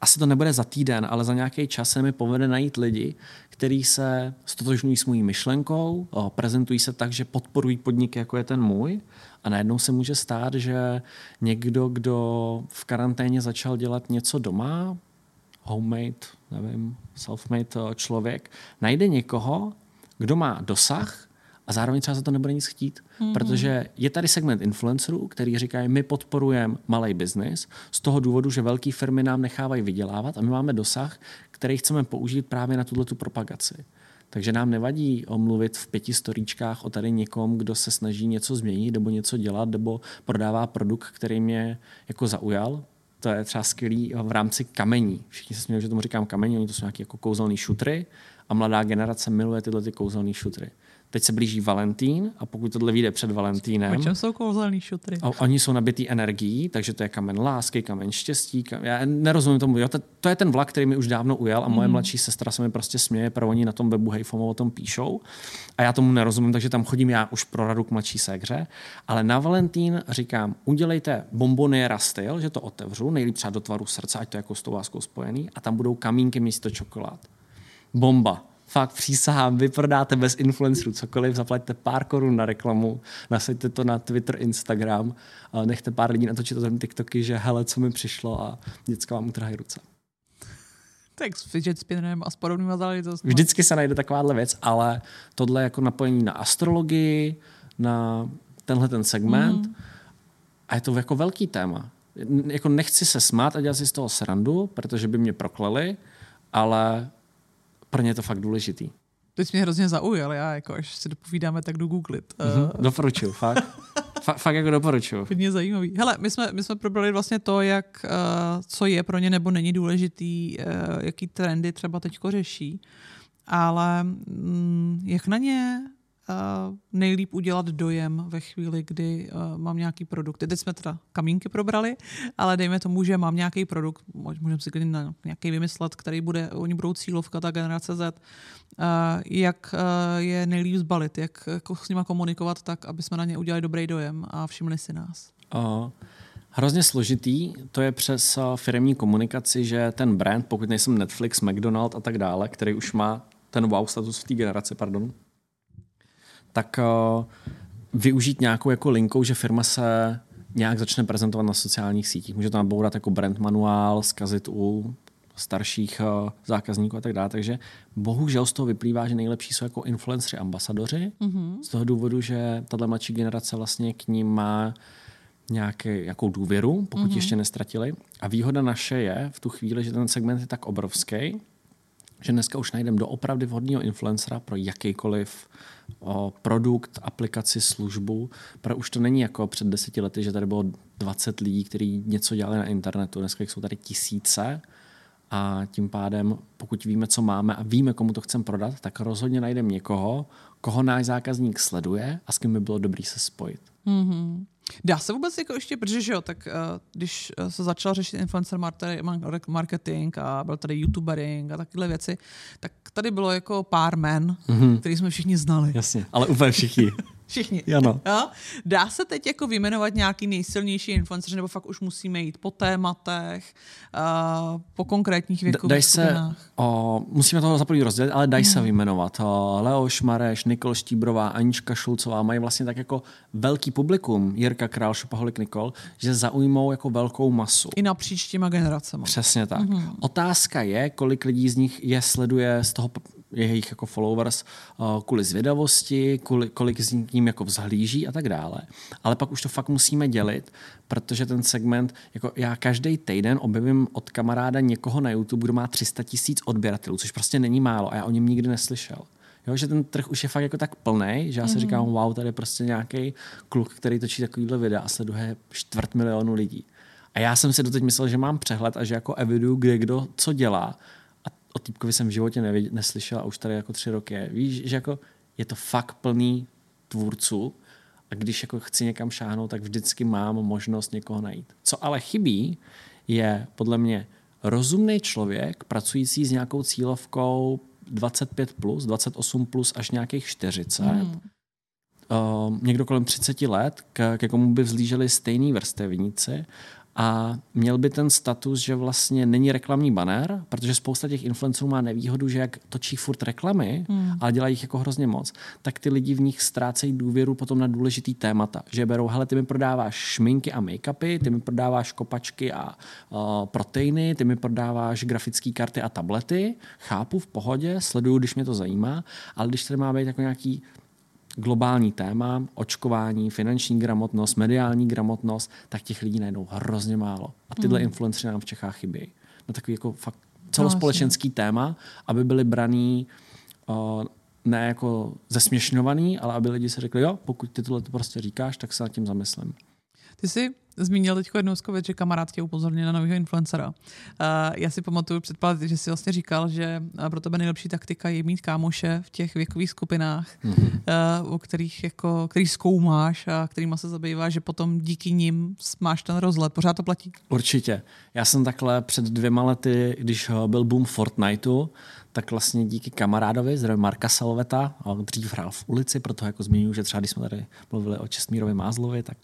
asi to nebude za týden, ale za nějaký čas se mi povede najít lidi, kteří se stotožňují s mojí myšlenkou, prezentují se tak, že podporují podnik, jako je ten můj, a najednou se může stát, že někdo, kdo v karanténě začal dělat něco doma, homemade, nevím, self-made člověk, najde někoho, kdo má dosah a zároveň třeba za to nebude nic chtít. Mm-hmm. Protože je tady segment influencerů, který říkají, my podporujeme malý biznis z toho důvodu, že velké firmy nám nechávají vydělávat a my máme dosah, který chceme použít právě na tuto propagaci. Takže nám nevadí omluvit v pěti storíčkách o tady někom, kdo se snaží něco změnit nebo něco dělat nebo prodává produkt, který mě jako zaujal. To je třeba skvělý v rámci kamení. Všichni se smějí, že tomu říkám kamení, oni to jsou nějaké jako kouzelný šutry a mladá generace miluje tyhle ty kouzelný šutry. Teď se blíží Valentín a pokud tohle vyjde před Valentínem... O čem jsou kouzelný šutry? Oni jsou nabitý energií, takže to je kamen lásky, kamen štěstí. Kamen, já nerozumím tomu. Jo, to, to je ten vlak, který mi už dávno ujel a moje mm. mladší sestra se mi prostě směje, protože oni na tom webu Hejfomo o tom píšou a já tomu nerozumím, takže tam chodím já už pro radu k mladší ségře. Ale na Valentín říkám, udělejte bomboniera styl, že to otevřu, nejlíp třeba do tvaru srdce, ať to je jako s tou láskou spojený, a tam budou kamínky místo čokolád. Bomba. Fakt přísahám, vy prodáte bez influencerů cokoliv, zaplaťte pár korun na reklamu, nasaďte to na Twitter, Instagram, nechte pár lidí natočit tam TikToky, že hele, co mi přišlo a děcka vám utrhají ruce. Tak s fidget spinnerem a s podobnýma záležitostmi. Vždycky se najde takováhle věc, ale tohle jako napojení na astrologii, na tenhle ten segment mm. a je to jako velký téma. Jako nechci se smát a dělat si z toho srandu, protože by mě prokleli, ale pro ně je to fakt důležitý. Teď mě hrozně zaujal, já jako až si dopovídáme, tak jdu googlit. Mm-hmm, doporučuju, fakt. F- fakt jako doporučuju. Hodně zajímavý. Hele, my jsme, my jsme probrali vlastně to, jak, uh, co je pro ně nebo není důležitý, uh, jaký trendy třeba teďko řeší, ale um, jak na ně uh, nejlíp udělat dojem ve chvíli, kdy uh, mám nějaký produkt. Teď jsme teda kamínky probrali, ale dejme tomu, že mám nějaký produkt, můžeme si klidně na nějaký vymyslet, který bude, oni budou cílovka, ta generace Z, uh, jak uh, je nejlíp zbalit, jak jako s nima komunikovat tak, aby jsme na ně udělali dobrý dojem a všimli si nás. Uh, hrozně složitý, to je přes uh, firemní komunikaci, že ten brand, pokud nejsem Netflix, McDonald a tak dále, který už má ten wow status v té generaci, pardon, tak uh, využít nějakou jako linkou, že firma se nějak začne prezentovat na sociálních sítích. Může to nabourat jako brand manuál, zkazit u starších uh, zákazníků a tak dále. Takže bohužel z toho vyplývá, že nejlepší jsou jako influenceri, ambasadoři. Mm-hmm. Z toho důvodu, že tato mladší generace vlastně k ním má nějakou důvěru, pokud mm-hmm. ještě nestratili. A výhoda naše je v tu chvíli, že ten segment je tak obrovský, že dneska už najdeme doopravdy vhodného influencera pro jakýkoliv o, produkt, aplikaci, službu. Pro už to není jako před deseti lety, že tady bylo dvacet lidí, kteří něco dělali na internetu. Dneska jsou tady tisíce a tím pádem, pokud víme, co máme a víme, komu to chceme prodat, tak rozhodně najdeme někoho, koho náš zákazník sleduje a s kým by bylo dobrý se spojit. Mm-hmm. Dá se vůbec jako ještě, protože jo, tak uh, když se začal řešit influencer marketing a byl tady youtubering a takové věci, tak tady bylo jako pár men, mm-hmm. který jsme všichni znali. Jasně, ale úplně všichni. Všichni. Ano. Jo? Dá se teď jako vyjmenovat nějaký nejsilnější influencer, nebo fakt už musíme jít po tématech, uh, po konkrétních věkových skupinách? Se, o, musíme toho za první rozdělit, ale dají hmm. se vyjmenovat. O, Leoš Mareš, Nikol Štíbrová, Anička Šulcová mají vlastně tak jako velký publikum, Jirka Král, Šupaholik Nikol, že zaujmou jako velkou masu. I napříč těma generacemi. Přesně tak. Hmm. Otázka je, kolik lidí z nich je sleduje z toho jejich jako followers kvůli zvědavosti, kvůli, kolik z ním jako vzhlíží a tak dále. Ale pak už to fakt musíme dělit, protože ten segment, jako já každý týden objevím od kamaráda někoho na YouTube, kdo má tři sta tisíc odběratelů, což prostě není málo a já o něm nikdy neslyšel. Jo, že ten trh už je fakt jako tak plnej, že já si mm-hmm. říkám, wow, tady je prostě nějaký kluk, který točí takovýhle videa a sleduje čtvrt milionu lidí. A já jsem si doteď myslel, že mám přehled a že jako eviduju, kde kdo co dělá. O týpkovi jsem v životě nevěděl, neslyšel a už tady jako tři roky je. Víš, že jako je to fakt plný tvůrců a když jako chci někam šáhnout, tak vždycky mám možnost někoho najít. Co ale chybí, je podle mě rozumný člověk, pracující s nějakou cílovkou dvacet pět plus, dvacet osm plus až nějakých čtyřicet. Mm. Uh, někdo kolem třicet let, k, ke komu by vzlíželi stejný vrstevníci a měl by ten status, že vlastně není reklamní banner, protože spousta těch influencerů má nevýhodu, že jak točí furt reklamy, hmm. ale dělají jich jako hrozně moc, tak ty lidi v nich ztrácejí důvěru potom na důležitý témata. Že berou, hele, ty mi prodáváš šminky a make-upy, ty mi prodáváš kopačky a uh, proteiny, ty mi prodáváš grafické karty a tablety, chápu, v pohodě, sleduju, když mě to zajímá, ale když tady má být jako nějaký globální téma, očkování, finanční gramotnost, mediální gramotnost, tak těch lidí najdou hrozně málo. A tyhle mm. influencery nám v Čechách chybí. No takový jako fakt celospolečenský no, téma, aby byly braný uh, ne jako zesměšňovaný, ale aby lidi si řekli, jo, pokud ty tohle to prostě říkáš, tak se nad tím zamyslím. Ty jsi zmínil teď jednou věc, že kamarád tě upozornil na nového influencera. Uh, já si pamatuju před pár, že jsi vlastně říkal, že pro tebe nejlepší taktika je mít kámoše v těch věkových skupinách, mm-hmm. uh, o kterých jako, který zkoumáš a kterýma se zabýváš, že potom díky nim máš ten rozhled. Pořád to platí? Určitě. Já jsem takhle před dvěma lety, když byl boom Fortniteu, tak vlastně díky kamarádovi, zdravím Marka Salveta, dřív hrál v ulici, proto jako zmiňuji, že třeba když jsme tady mluvili o Čestmírovi Mázlovi, tak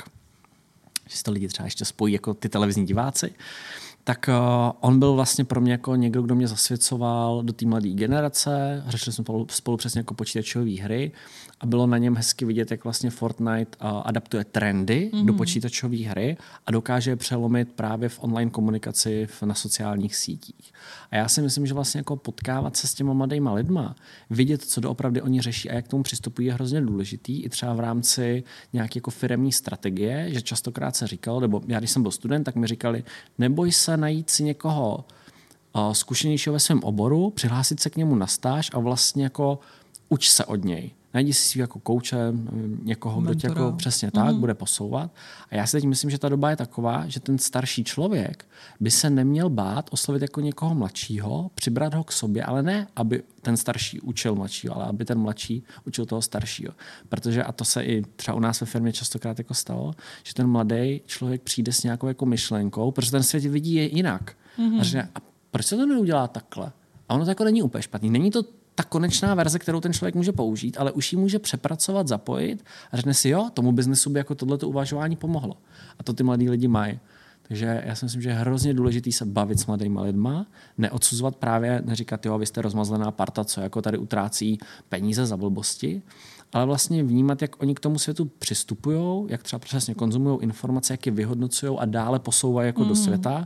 že si to lidi třeba ještě spojí jako ty televizní diváci, tak uh, on byl vlastně pro mě jako někdo, kdo mě zasvěcoval do té mladé generace. Řešili jsme spolu, spolu přesně jako počítačové hry a bylo na něm hezky vidět, jak vlastně Fortnite uh, adaptuje trendy mm-hmm. do počítačové hry a dokáže je přelomit právě v online komunikaci v, na sociálních sítích. A já si myslím, že vlastně jako potkávat se s těma mladýma lidma, vidět, co doopravdy oni řeší a jak k tomu přistupují, je hrozně důležitý i třeba v rámci nějaké jako firemní strategie, že častokrát se říkalo, nebo já když jsem byl student, tak mi říkali, neboj se najít si někoho uh, zkušenějšího ve svém oboru, přihlásit se k němu na stáž a vlastně jako uč se od něj. Najdi si jako kouče, někoho, kdo tě jako přesně tak mm-hmm. bude posouvat. A já si teď myslím, že ta doba je taková, že ten starší člověk by se neměl bát oslovit jako někoho mladšího, přibrat ho k sobě, ale ne, aby ten starší učil mladšího, ale aby ten mladší učil toho staršího. Protože, a to se i třeba u nás ve firmě častokrát jako stalo, že ten mladý člověk přijde s nějakou jako myšlenkou, protože ten svět vidí je jinak. Mm-hmm. A řekne, a proč se to neudělá takhle? A ono to jako není úplně špatný. Není to ta konečná verze, kterou ten člověk může použít, ale už ji může přepracovat, zapojit a řekne si, jo, tomu biznesu by jako tohleto uvažování pomohlo. A to ty mladí lidi mají. Takže já si myslím, že je hrozně důležitý se bavit s mladýma lidma, neodsuzovat právě, neříkat, jo, vy jste rozmazlená parta, co jako tady utrácí peníze za blbosti, ale vlastně vnímat, jak oni k tomu světu přistupují, jak třeba přesně konzumují informace, jak je vyhodnocují a dále posouvají jako mm. do světa.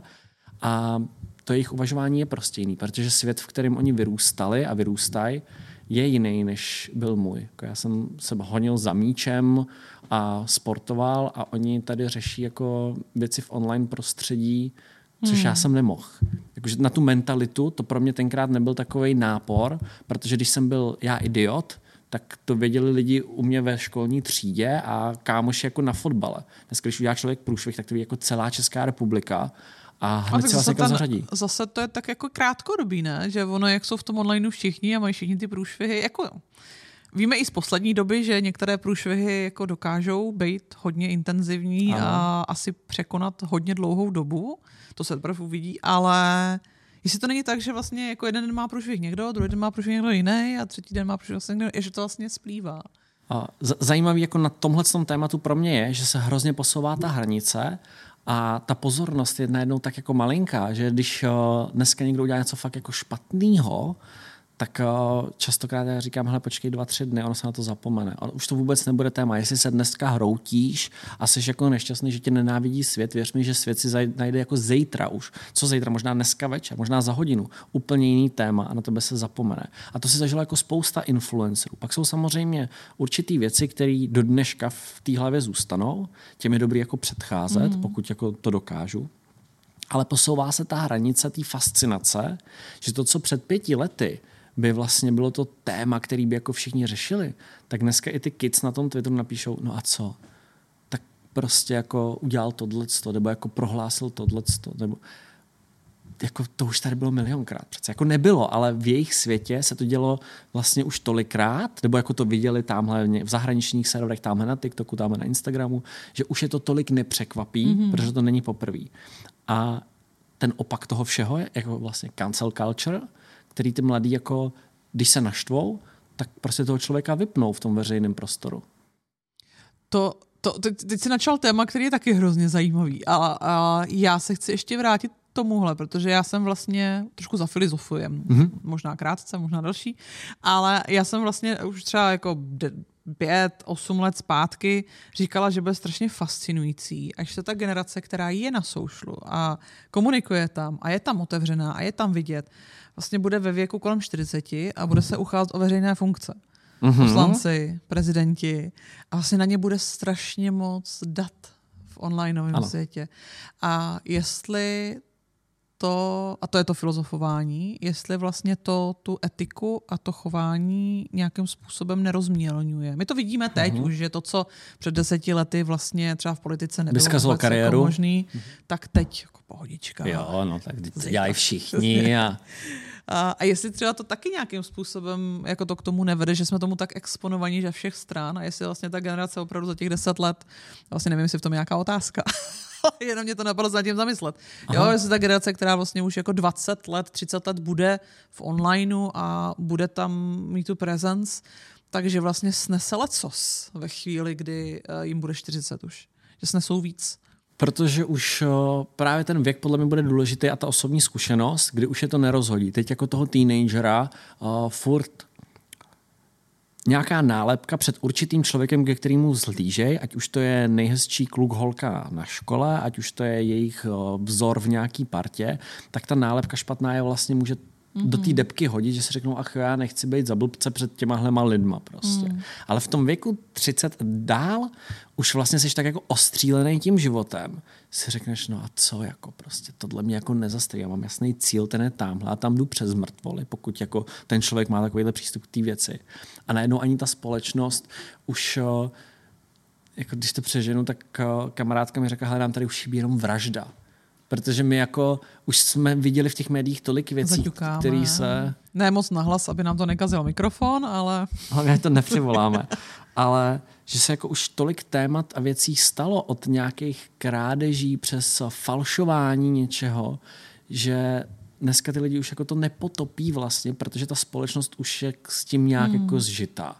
A to jejich uvažování je prostě jiný, protože svět, v kterém oni vyrůstali a vyrůstají, je jiný, než byl můj. Já jsem se honil za míčem a sportoval a oni tady řeší jako věci v online prostředí, což hmm. já jsem nemohl. Jakože na tu mentalitu to pro mě tenkrát nebyl takovej nápor, protože když jsem byl já idiot, tak to věděli lidi u mě ve školní třídě a kámoši jako na fotbale. Dneska, když udělá člověk průšvih, tak to ví jako celá Česká republika. A hned se vás někam zařadí. Zase to je tak jako krátkodobý, ne? Že ono, jak jsou v tom onlineu všichni a mají všichni ty průšvihy, jako víme i z poslední doby, že některé průšvihy jako dokážou být hodně intenzivní ano. a asi překonat hodně dlouhou dobu. To se teprve uvidí, ale jestli to není tak, že vlastně jako jeden den má průšvih někdo, druhý den má průšvih někdo jiný a třetí den má průšvih vlastně někdo, je, že to vlastně splývá. A zajímavý jako na tomhletom tématu pro mě je, že se hrozně posouvá ta hranice a ta pozornost je najednou tak jako malinká, že když dneska někdo udělá něco fakt jako špatného, tak častokrát já říkám, hele, počkej dva, tři dny, ono se na to zapomene. A už to vůbec nebude téma. Jestli se dneska hroutíš a jsi jako nešťastný, že tě nenávidí svět, věř mi, že svět si najde jako zítra už. Co zítra? Možná dneska večer, možná za hodinu. Úplně jiný téma a na tebe se zapomene. A to si zažilo jako spousta influencerů. Pak jsou samozřejmě určitý věci, které do dneška v té hlavě zůstanou. Těm je dobrý jako předcházet, mm. pokud jako to dokážu. Ale posouvá se ta hranice té fascinace, že to, co před pěti lety by vlastně bylo to téma, který by jako všichni řešili, tak dneska i ty kids na tom Twitteru napíšou, no a co? Tak prostě jako udělal tohleto, nebo jako prohlásil tohleto, nebo jako to už tady bylo milionkrát. Přece jako nebylo, ale v jejich světě se to dělo vlastně už tolikrát, nebo jako to viděli tamhle v zahraničních serverech, tamhle na TikToku, tamhle na Instagramu, že už je to tolik nepřekvapí, mm-hmm. protože to není poprvé. A ten opak toho všeho je jako vlastně cancel culture, který ty mladí jako, když se naštvou, tak prostě toho člověka vypnou v tom veřejném prostoru. To to, teď, teď jsi načal téma, který je taky hrozně zajímavý. A, a já se chci ještě vrátit tomuhle, protože já jsem vlastně trošku zafilozofujem. Mm-hmm. Možná krátce, možná další. Ale já jsem vlastně už třeba jako pět, osm let zpátky říkala, že bude strašně fascinující, až se ta generace, která je na socialu a komunikuje tam a je tam otevřená a je tam vidět, vlastně bude ve věku kolem čtyřiceti a bude se ucházet o veřejné funkce. Mm-hmm. Poslanci, prezidenti a vlastně na ně bude strašně moc dat v onlineovém světě. A jestli to, a to je to filozofování, jestli vlastně to tu etiku a to chování nějakým způsobem nerozmělňuje. My to vidíme teď mm-hmm. už, že to, co před deseti lety vlastně třeba v politice nebylo vůbec jako možný, mm-hmm. tak teď jako pohodička. Jo, no tak to dělají všichni. A... A, a jestli třeba to taky nějakým způsobem jako to k tomu nevede, že jsme tomu tak exponovaní ze všech stran a jestli vlastně ta generace opravdu za těch deset let, vlastně nevím, jestli v tom je nějaká otázka, jenom mě to napadlo za tím zamyslet. Aha. Jo, jestli ta generace, která vlastně už jako dvacet let, třicet let bude v onlineu a bude tam mít tu presence, takže vlastně snese lecos ve chvíli, kdy jim bude čtyřicet už. Že snesou víc. Protože už právě ten věk podle mě bude důležitý a ta osobní zkušenost, kdy už je to nerozhodí. Teď jako toho teenagera uh, furt nějaká nálepka před určitým člověkem, ke kterému zhlížej, ať už to je nejhezčí kluk, holka na škole, ať už to je jejich uh, vzor v nějaký partě, tak ta nálepka špatná je vlastně může mm-hmm. do té debky hodit, že si řeknou, ach já nechci být za blbce před těmahlema lidma prostě. Mm. Ale v tom věku třicet dál už vlastně jsi tak jako ostřílený tím životem. Si řekneš, no a co jako prostě, tohle mě jako nezastaví. Já mám jasný cíl, ten je tamhle a tam jdu přes mrtvoly, pokud jako ten člověk má takovýhle přístup k té věci. A najednou ani ta společnost už, jako když to přeženu, tak kamarádka mi řekla, hele, nám tady už chybí jenom vražda. Protože my jako už jsme viděli v těch médiích tolik věcí, které se... Ne moc nahlas, aby nám to nekazil mikrofon, ale... Ale to nepřivoláme. Ale že se jako už tolik témat a věcí stalo od nějakých krádeží přes falšování něčeho, že dneska ty lidi už jako to nepotopí vlastně, protože ta společnost už je s tím nějak hmm. jako zžitá.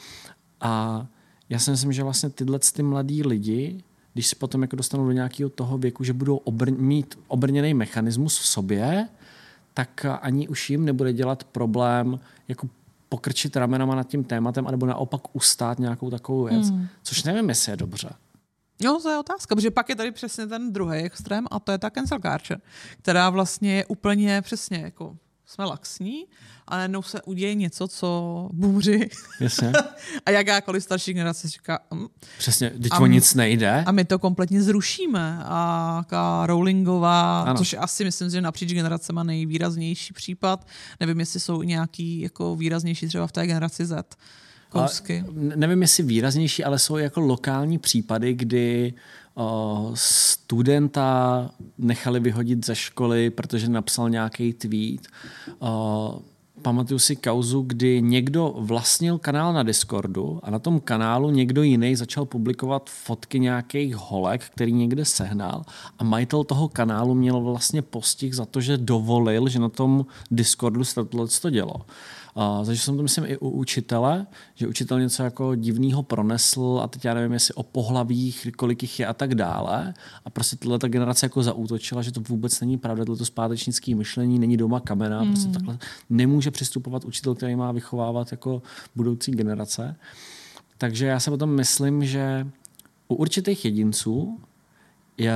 A já si myslím, že vlastně tyhle ty mladí lidi, když se potom jako dostanou do nějakého toho věku, že budou obr- mít obrněný mechanismus v sobě, tak ani už jim nebude dělat problém jako pokrčit ramenama nad tím tématem, anebo naopak ustát nějakou takovou věc. Hmm. Což nevím, jestli je dobře. Jo, to je otázka, protože pak je tady přesně ten druhý extrém a to je ta cancel culture, která vlastně je úplně přesně jako jsme laxní a najednou se uděje něco, co bumři. Jasně. A jakákoliv starší generace říká... Mm. Přesně, teď o nic nejde. A my to kompletně zrušíme. A taká Rowlingová, ano. Což asi myslím, že napříč generacema nejvýraznější případ. Nevím, jestli jsou nějaký jako výraznější třeba v té generaci Z. Kousky. Nevím, jestli výraznější, ale jsou jako lokální případy, kdy uh, studenta nechali vyhodit ze školy, protože napsal nějaký tweet. Uh, pamatuju si kauzu, kdy někdo vlastnil kanál na Discordu a na tom kanálu někdo jiný začal publikovat fotky nějakých holek, který někde sehnal a majitel toho kanálu měl vlastně postih za to, že dovolil, že na tom Discordu se to dělo. Uh, takže jsem to myslím i u učitele, že učitel něco jako divného pronesl a teď já nevím, jestli o pohlavích, kolik jich je a tak dále. A prostě tato generace jako zaútočila, že to vůbec není pravda, to zpátečnické myšlení, není doma kamena, mm. prostě takhle nemůže přistupovat učitel, který má vychovávat jako budoucí generace. Takže já se potom myslím, že u určitých jedinců je,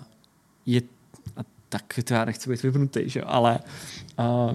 je a tak to já nechci být vypnutý, že? Ale uh,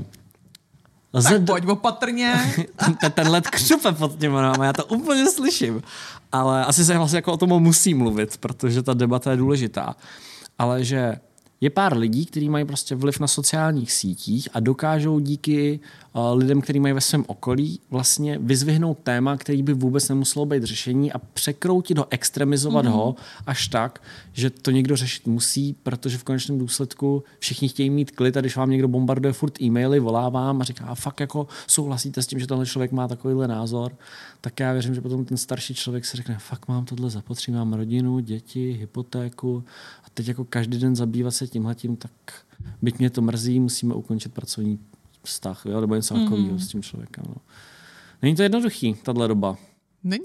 tak pojď opatrně. ten, ten led křupe pod těma náma, já to úplně slyším. Ale asi se vlastně jako o tom musí mluvit, protože ta debata je důležitá. Ale že je pár lidí, kteří mají prostě vliv na sociálních sítích a dokážou díky uh, lidem, kteří mají ve svém okolí, vlastně vyzvihnout téma, který by vůbec nemuselo být řešení a překroutit ho, extremizovat mm-hmm. ho až tak, že to někdo řešit musí, protože v konečném důsledku všichni chtějí mít klid a když vám někdo bombarduje furt e-maily, volá vám a říká, a fakt jako souhlasíte s tím, že tenhle člověk má takovýhle názor, tak já věřím, že potom ten starší člověk si řekne, fakt mám tohle zapotřebí, mám rodinu, děti, hypotéku a teď jako každý den zabývat se tímhletím, tak byť mě to mrzí, musíme ukončit pracovní vztah, jo? Nebo něco mm. takového s tím člověkem. No. Není to jednoduchý, tahle doba. Není.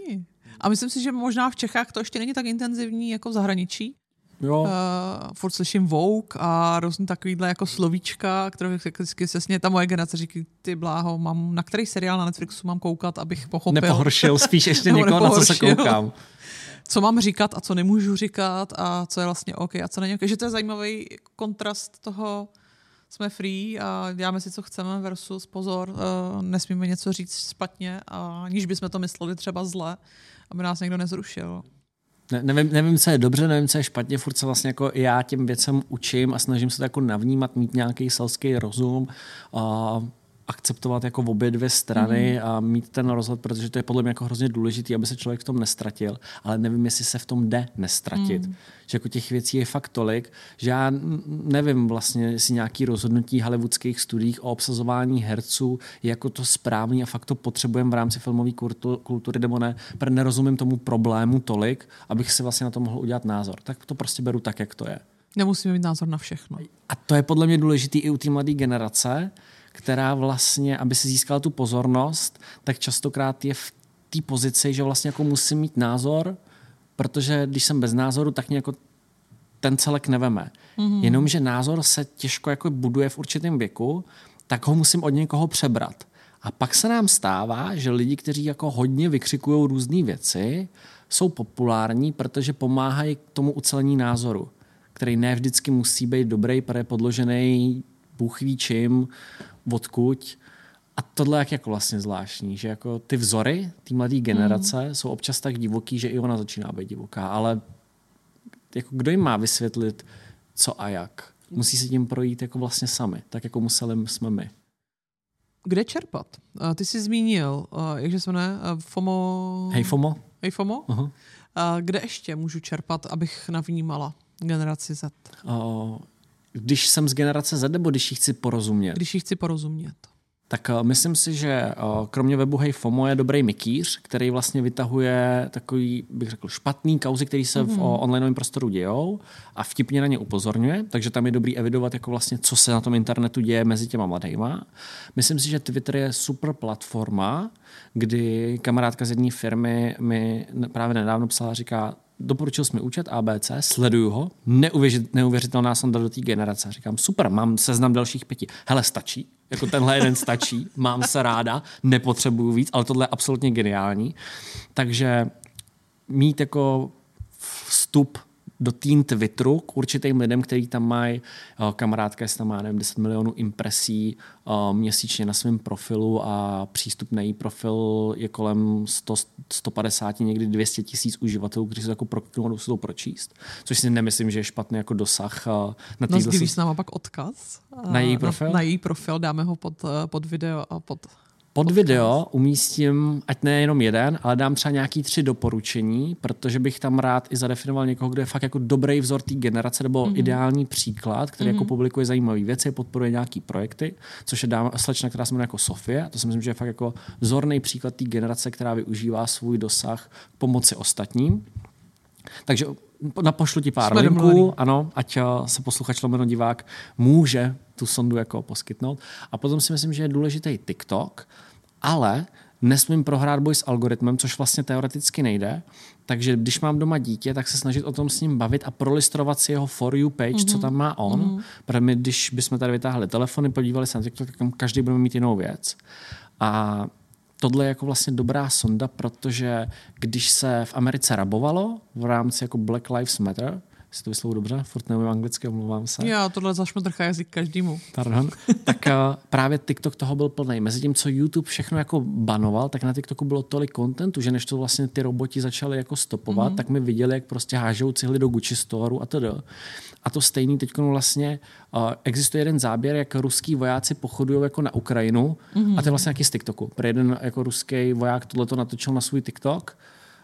A myslím si, že možná v Čechách to ještě není tak intenzivní jako v zahraničí. Jo. Uh, furt slyším Vogue a různý takovýhle jako slovíčka, které vždycky se sně ta moje generace říká, ty bláho, mám, na který seriál na Netflixu mám koukat, abych pochopil. Nepohoršil, spíš ještě někoho, na co se koukám. Co mám říkat a co nemůžu říkat a co je vlastně OK a co není OK. Že to je zajímavý kontrast toho, jsme free a děláme si, co chceme versus pozor, uh, nesmíme něco říct špatně a aniž bychom to mysleli třeba zle, aby nás někdo nezrušil. Ne, nevím, nevím, co je dobře, nevím, co je špatně, furt se vlastně jako já těm věcem učím a snažím se to jako navnímat, mít nějaký selský rozum a akceptovat jako obě dvě strany mm. a mít ten rozhled, protože to je podle mě jako hrozně důležitý, aby se člověk v tom nestratil, ale nevím, jestli se v tom jde nestratit. Mm. Že jako těch věcí je fakt tolik, že já nevím vlastně, jestli nějaký rozhodnutí hollywoodských studiích o obsazování herců je jako to správný a fakt to potřebujeme v rámci filmové kultury, nebo ne, protože nerozumím tomu problému tolik, abych si vlastně na to mohl udělat názor. Tak to prostě beru tak, jak to je. Nemusíme mít názor na všechno. A to je podle mě důležitý i u té mladé generace, která vlastně, aby si získala tu pozornost, tak častokrát je v té pozici, že vlastně jako musím mít názor, protože když jsem bez názoru, tak mě jako ten celek neveme. Mm-hmm. Jenomže názor se těžko jako buduje v určitém věku, tak ho musím od někoho přebrat. A pak se nám stává, že lidi, kteří jako hodně vykřikují různé věci, jsou populární, protože pomáhají k tomu ucelení názoru, který ne vždycky musí být dobrý, protože je podložený Bůh ví čím, odkud. A tohle jak jako vlastně zvláštní, že jako ty vzory, ty mladé generace mm. jsou občas tak divoký, že i ona začíná být divoká, ale jako kdo jim má vysvětlit co a jak? Musí se tím projít jako vlastně sami, tak jako museli jsme my. Kde čerpat? Ty jsi zmínil, jakže se jmenuje, FOMO... Hej FOMO. Hej FOMO? Uh-huh. Kde ještě můžu čerpat, abych navnímala generaci Z? Uh, Když jsem z generace Z, nebo když ji chci porozumět? Když ji chci porozumět. Tak uh, myslím si, že uh, kromě webu Hej FOMO je dobrý mikýř, který vlastně vytahuje takový, bych řekl, špatný kauzy, který se mm-hmm. v uh, onlineovém prostoru dějou a vtipně na ně upozorňuje, takže tam je dobrý evidovat, jako vlastně, co se na tom internetu děje mezi těma mladejma. Myslím si, že Twitter je super platforma, kdy kamarádka z jedné firmy mi právě nedávno psala, říká, doporučil jsi mi účet A B C, sleduju ho, neuvěřit, neuvěřitelná sonda do té generace. Říkám, super, mám seznam dalších pěti. Hele, stačí, jako tenhle jeden stačí, mám se ráda, nepotřebuju víc, ale tohle je absolutně geniální. Takže mít jako vstup do teen Twitteru k určitým lidem, kteří tam mají, kamarádka, jestli tam má nevím, deset milionů impresí uh, měsíčně na svém profilu a přístup na její profil je kolem sto, sto padesát, někdy dvě stě tisíc uživatelů, kteří se jako prokliknou a jdou se to pročíst. Což si nemyslím, že je špatný jako dosah. Uh, na no sdílíš s náma pak odkaz? Na její profil? Na, na její profil, dáme ho pod, pod video a pod... Pod podcast. Video umístím, ať ne jenom jeden, ale dám třeba nějaký tři doporučení, protože bych tam rád i zadefinoval někoho, kdo je fakt jako dobrý vzor té generace nebo mm-hmm. ideální příklad, který mm-hmm. jako publikuje zajímavé věci, podporuje nějaký projekty, což je dáma, slečna, která se jmenuje jako Sofie. To si myslím, že je fakt jako vzorný příklad té generace, která využívá svůj dosah k pomoci ostatním. Takže napošlu ti pár linků, ano, ať se posluchač lomeno divák může tu sondu jako poskytnout. A potom si myslím, že je důležitý TikTok, ale nesmím prohrát boj s algoritmem, což vlastně teoreticky nejde. Takže když mám doma dítě, tak se snažit o tom s ním bavit a prolistrovat si jeho For You page, mm-hmm. co tam má on. Mm-hmm. Protože my, když bychom tady vytáhli telefony, podívali se na TikTok, tak tam každý budeme mít jinou věc. A tohle je jako vlastně dobrá sonda, protože když se v Americe rabovalo v rámci jako Black Lives Matter, jestli to vyslovu dobře, furt nevím anglicky, omlouvám se. Já, tohle zašmodrchá jazyk každému. Pardon. Tak uh, právě TikTok toho byl plný. Mezitím, co YouTube všechno jako banoval, tak na TikToku bylo tolik kontentu, že než to vlastně ty roboti začaly jako stopovat, mm-hmm. tak my viděli, jak prostě hážou cihly do Gucci Store a tedy. A to stejný teď vlastně uh, existuje jeden záběr, jak ruský vojáci pochodují jako na Ukrajinu mm-hmm. a to je vlastně nějaký z TikToku. Pro jeden jako ruský voják tohleto natočil na svůj TikTok.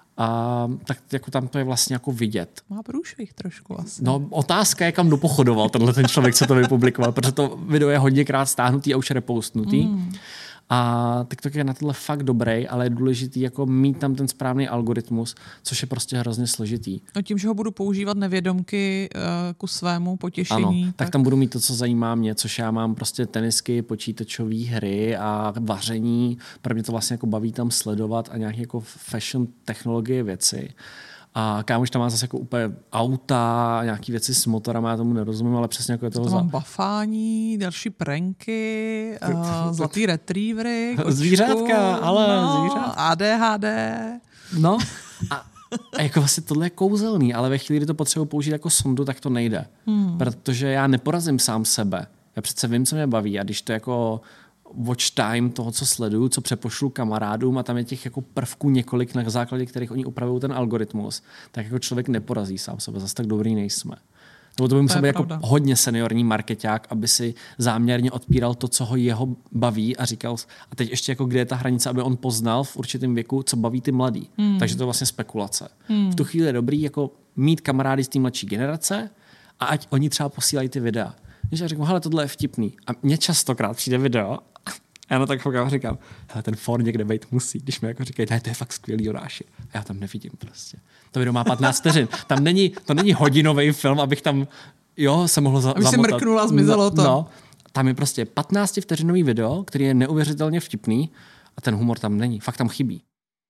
A tak jako tam to je vlastně jako vidět. Má průšvih trošku asi. No otázka je, kam dopochodoval tenhle ten člověk, co to vypublikoval, protože to video je hodněkrát stáhnutý a už repostnutý. Mm. A TikTok je na tohle fakt dobrý, ale je důležitý jako mít tam ten správný algoritmus, což je prostě hrozně složitý. No tím, že ho budu používat nevědomky uh, ku svému potěšení. Ano, tak... tak tam budu mít to, co zajímá mě, což já mám prostě tenisky, počítačové hry a vaření. Pro mě to vlastně jako baví tam sledovat a nějaké jako fashion technologie věci. A kámoš tam má zase jako úplně auta, nějaký věci s motorama, já tomu nerozumím, ale přesně jako je toho... To za... mám bafání, další pranky, uh, zlatý retrievery, kočku, zvířátka, ale no, zvířátka. A D H D. No a, a jako vlastně tohle je kouzelný, ale ve chvíli, kdy to potřebuji použít jako sondu, tak to nejde. Hmm. Protože já neporazím sám sebe. Já přece vím, co mě baví a když to jako watch time toho, co sleduju, co přepošlu kamarádům a tam je těch jako prvků několik, na základě kterých oni upravují ten algoritmus, tak jako člověk neporazí sám sebe. Zase tak dobrý nejsme. Nebo to by musel být jako hodně seniorní markeťák, aby si záměrně odpíral to, co ho jeho baví a říkal, a teď ještě jako kde je ta hranice, aby on poznal v určitém věku, co baví ty mladý. Hmm. Takže to je vlastně spekulace. Hmm. V tu chvíli je dobrý jako mít kamarády z té mladší generace a ať oni třeba posílají ty videa. Když já řeknu, hele, tohle je vtipný. A mně častokrát přijde video a já na tak foukám a říkám, hele, ten for někde být musí. Když mi jako říkají, to je fakt skvělý, Jonáši. A já tam nevidím prostě. To video má patnáct vteřin. Tam není, to není hodinový film, abych tam, jo, se mohlo za, Aby zamotat. si mrknul a zmizelo to. No, tam je prostě patnáctivteřinový video, který je neuvěřitelně vtipný a ten humor tam není. Fakt tam chybí.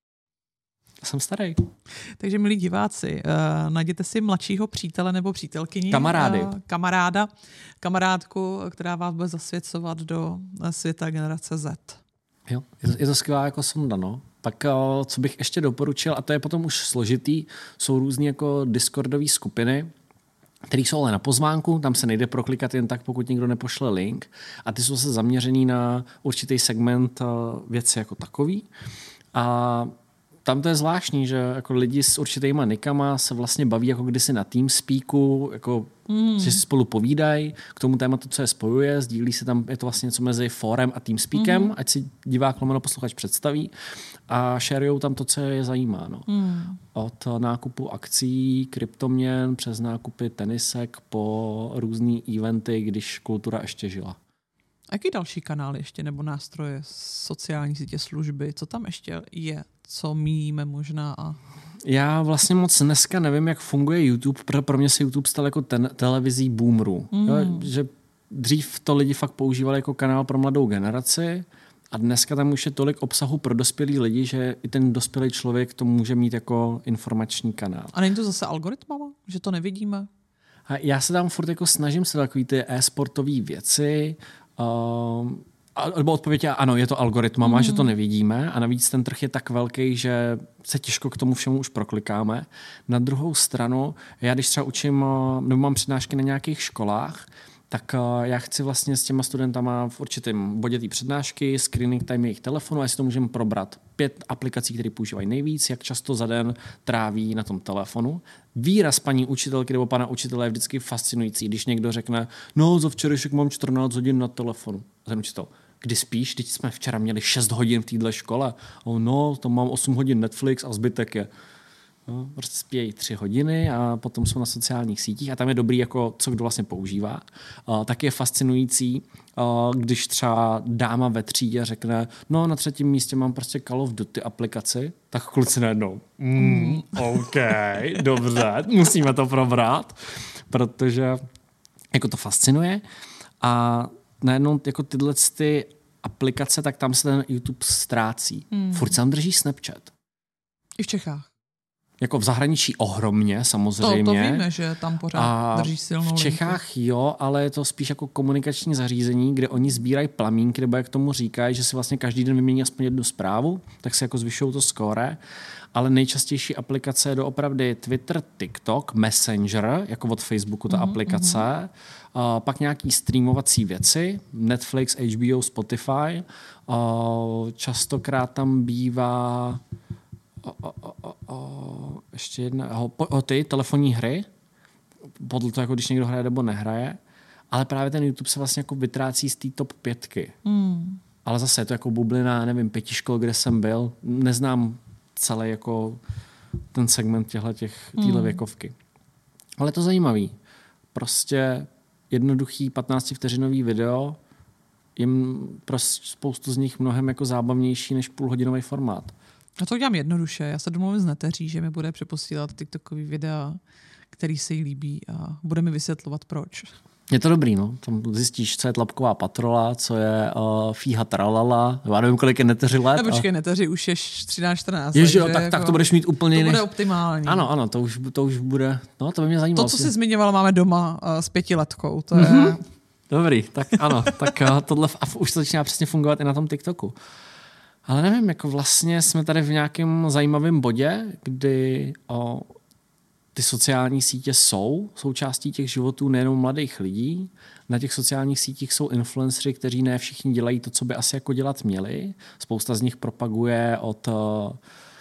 Jsem starý. Takže milí diváci, uh, najděte si mladšího přítele nebo přítelkyni. Kamarády. Uh, kamaráda, kamarádku, která vás bude zasvěcovat do světa generace Z. Jo, je to, je to skvělá jako sonda, no. Tak uh, co bych ještě doporučil, a to je potom už složitý, jsou různý jako discordové skupiny, které jsou ale na pozvánku, tam se nejde proklikat jen tak, pokud někdo nepošle link. A ty jsou se zaměřený na určitý segment uh, věci jako takový. A tam to je zvláštní, že jako lidi s určitýma nikama se vlastně baví jako kdysi na TeamSpeaku, jako mm. si spolu povídají k tomu tématu, co je spojuje, sdílí se tam, je to vlastně něco mezi fórem a TeamSpeakem, mm. ať si divák lomeno posluchač představí a sharejou tam to, co je zajímá. No. Mm. Od nákupu akcí, kryptoměn, přes nákupy tenisek po různý eventy, když kultura ještě žila. A jaký další kanál ještě nebo nástroje, sociální sítě, služby, co tam ještě je, co míjíme možná? A... Já vlastně moc dneska nevím, jak funguje YouTube, protože pro mě se YouTube stal jako ten, televizí boomerů. Mm. Jo, že dřív to lidi fakt používali jako kanál pro mladou generaci a dneska tam už je tolik obsahu pro dospělý lidi, že i ten dospělý člověk to může mít jako informační kanál. A není to zase algoritmama, že to nevidíme? A já se tam furt jako snažím se takový ty e-sportové věci, Uh, nebo odpověď je ano, je to algoritmama, mm. že to nevidíme a navíc ten trh je tak velký, že se těžko k tomu všemu už proklikáme. Na druhou stranu, já když třeba učím, nebo mám přednášky na nějakých školách, tak uh, já chci vlastně s těma studentama v určitém bodě té přednášky, screening time jejich telefonu a jestli to můžeme probrat. Pět aplikací, které používají nejvíc, jak často za den tráví na tom telefonu. Výraz paní učitelky nebo pana učitele je vždycky fascinující, když někdo řekne, no za včerejšek mám čtrnáct hodin na telefonu. A ten učitel, kdy spíš? Teď jsme včera měli šest hodin v téhle škole. Oh, no, tam mám osm hodin Netflix a zbytek je. No, prostě spějí tři hodiny a potom jsou na sociálních sítích a tam je dobrý, jako, co kdo vlastně používá. Uh, tak je fascinující, uh, když třeba dáma ve třídě řekne, no na třetím místě mám prostě Call of Duty aplikaci, tak kluci najednou, mm, OK, dobře, musíme to probrat, protože jako to fascinuje a najednou jako tyhle ty aplikace, tak tam se ten YouTube ztrácí. Mm. Furt se tam drží Snapchat. I v Čechách. Jako v zahraničí ohromně, samozřejmě. To, to víme, že tam pořád a drží silnou v Čechách linku. Jo, ale je to spíš jako komunikační zařízení, kde oni sbírají plamínky, nebo jak tomu říkají, že si vlastně každý den vymění aspoň jednu zprávu, tak si jako zvyšují to skóre. Ale nejčastější aplikace je doopravdy Twitter, TikTok, Messenger, jako od Facebooku ta mm-hmm, aplikace, mm-hmm. A pak nějaký streamovací věci, Netflix, H B O, Spotify. A častokrát tam bývá O, o, o, o, ještě jedna, o, o ty telefonní hry, podle toho, jako když někdo hraje nebo nehraje, ale právě ten YouTube se vlastně jako vytrácí z té top pětky. Mm. Ale zase je to jako bublina, nevím, pěti škol, kde jsem byl, neznám celý jako ten segment těchto těch, téhle mm. věkovky. Ale je to zajímavý. Prostě jednoduchý patnáctivteřinový video, jim pro spoustu z nich mnohem jako zábavnější než půlhodinový formát. A to udělám jednoduše. Já se domluvím s neteří, že mi bude přeposílat TikTokový videa, který se jí líbí a bude mi vysvětlovat proč. Je to dobrý, no. Tam zjistíš, co je tlapková patrola, co je uh, fíha tralala. Já nevím, kolik je neteři let. Ne, počkej, a... neteři už je třináct čtrnáct. Ježi, tak, jako, tak to budeš mít úplně... To bude optimální. Ano, ano, to už, to už bude... No, to by mě zajímalo. To, co jsi zmiňovala, máme doma uh, s pětiletkou. To je... Mm-hmm. Dobrý, tak ano. tak uh, tohle a už to začíná přesně fungovat i na tom TikToku. Ale nevím, jako vlastně jsme tady v nějakém zajímavém bodě, kdy... Uh, ty sociální sítě jsou součástí těch životů nejenom mladých lidí. Na těch sociálních sítích jsou influenceri, kteří ne všichni dělají to, co by asi jako dělat měli. Spousta z nich propaguje od uh,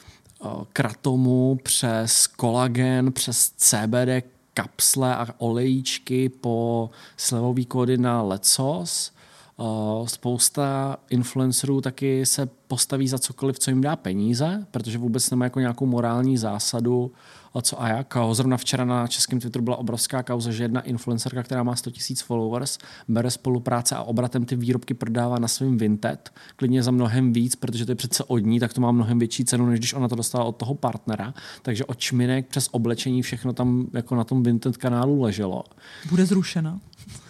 kratomu přes kolagen, přes C B D kapsle a olejíčky po slevový kódy na lecos. Uh, spousta influencerů taky se postaví za cokoliv, co jim dá peníze, protože vůbec nemá jako nějakou morální zásadu, co a jak. Zrovna včera na českém Twitteru byla obrovská kauza, že jedna influencerka, která má sto tisíc followers, bere spolupráce a obratem ty výrobky prodává na svým Vinted, klidně za mnohem víc, protože to je přece od ní, tak to má mnohem větší cenu, než když ona to dostala od toho partnera. Takže od čminek přes oblečení všechno tam jako na tom Vinted kanálu leželo. Bude zrušena.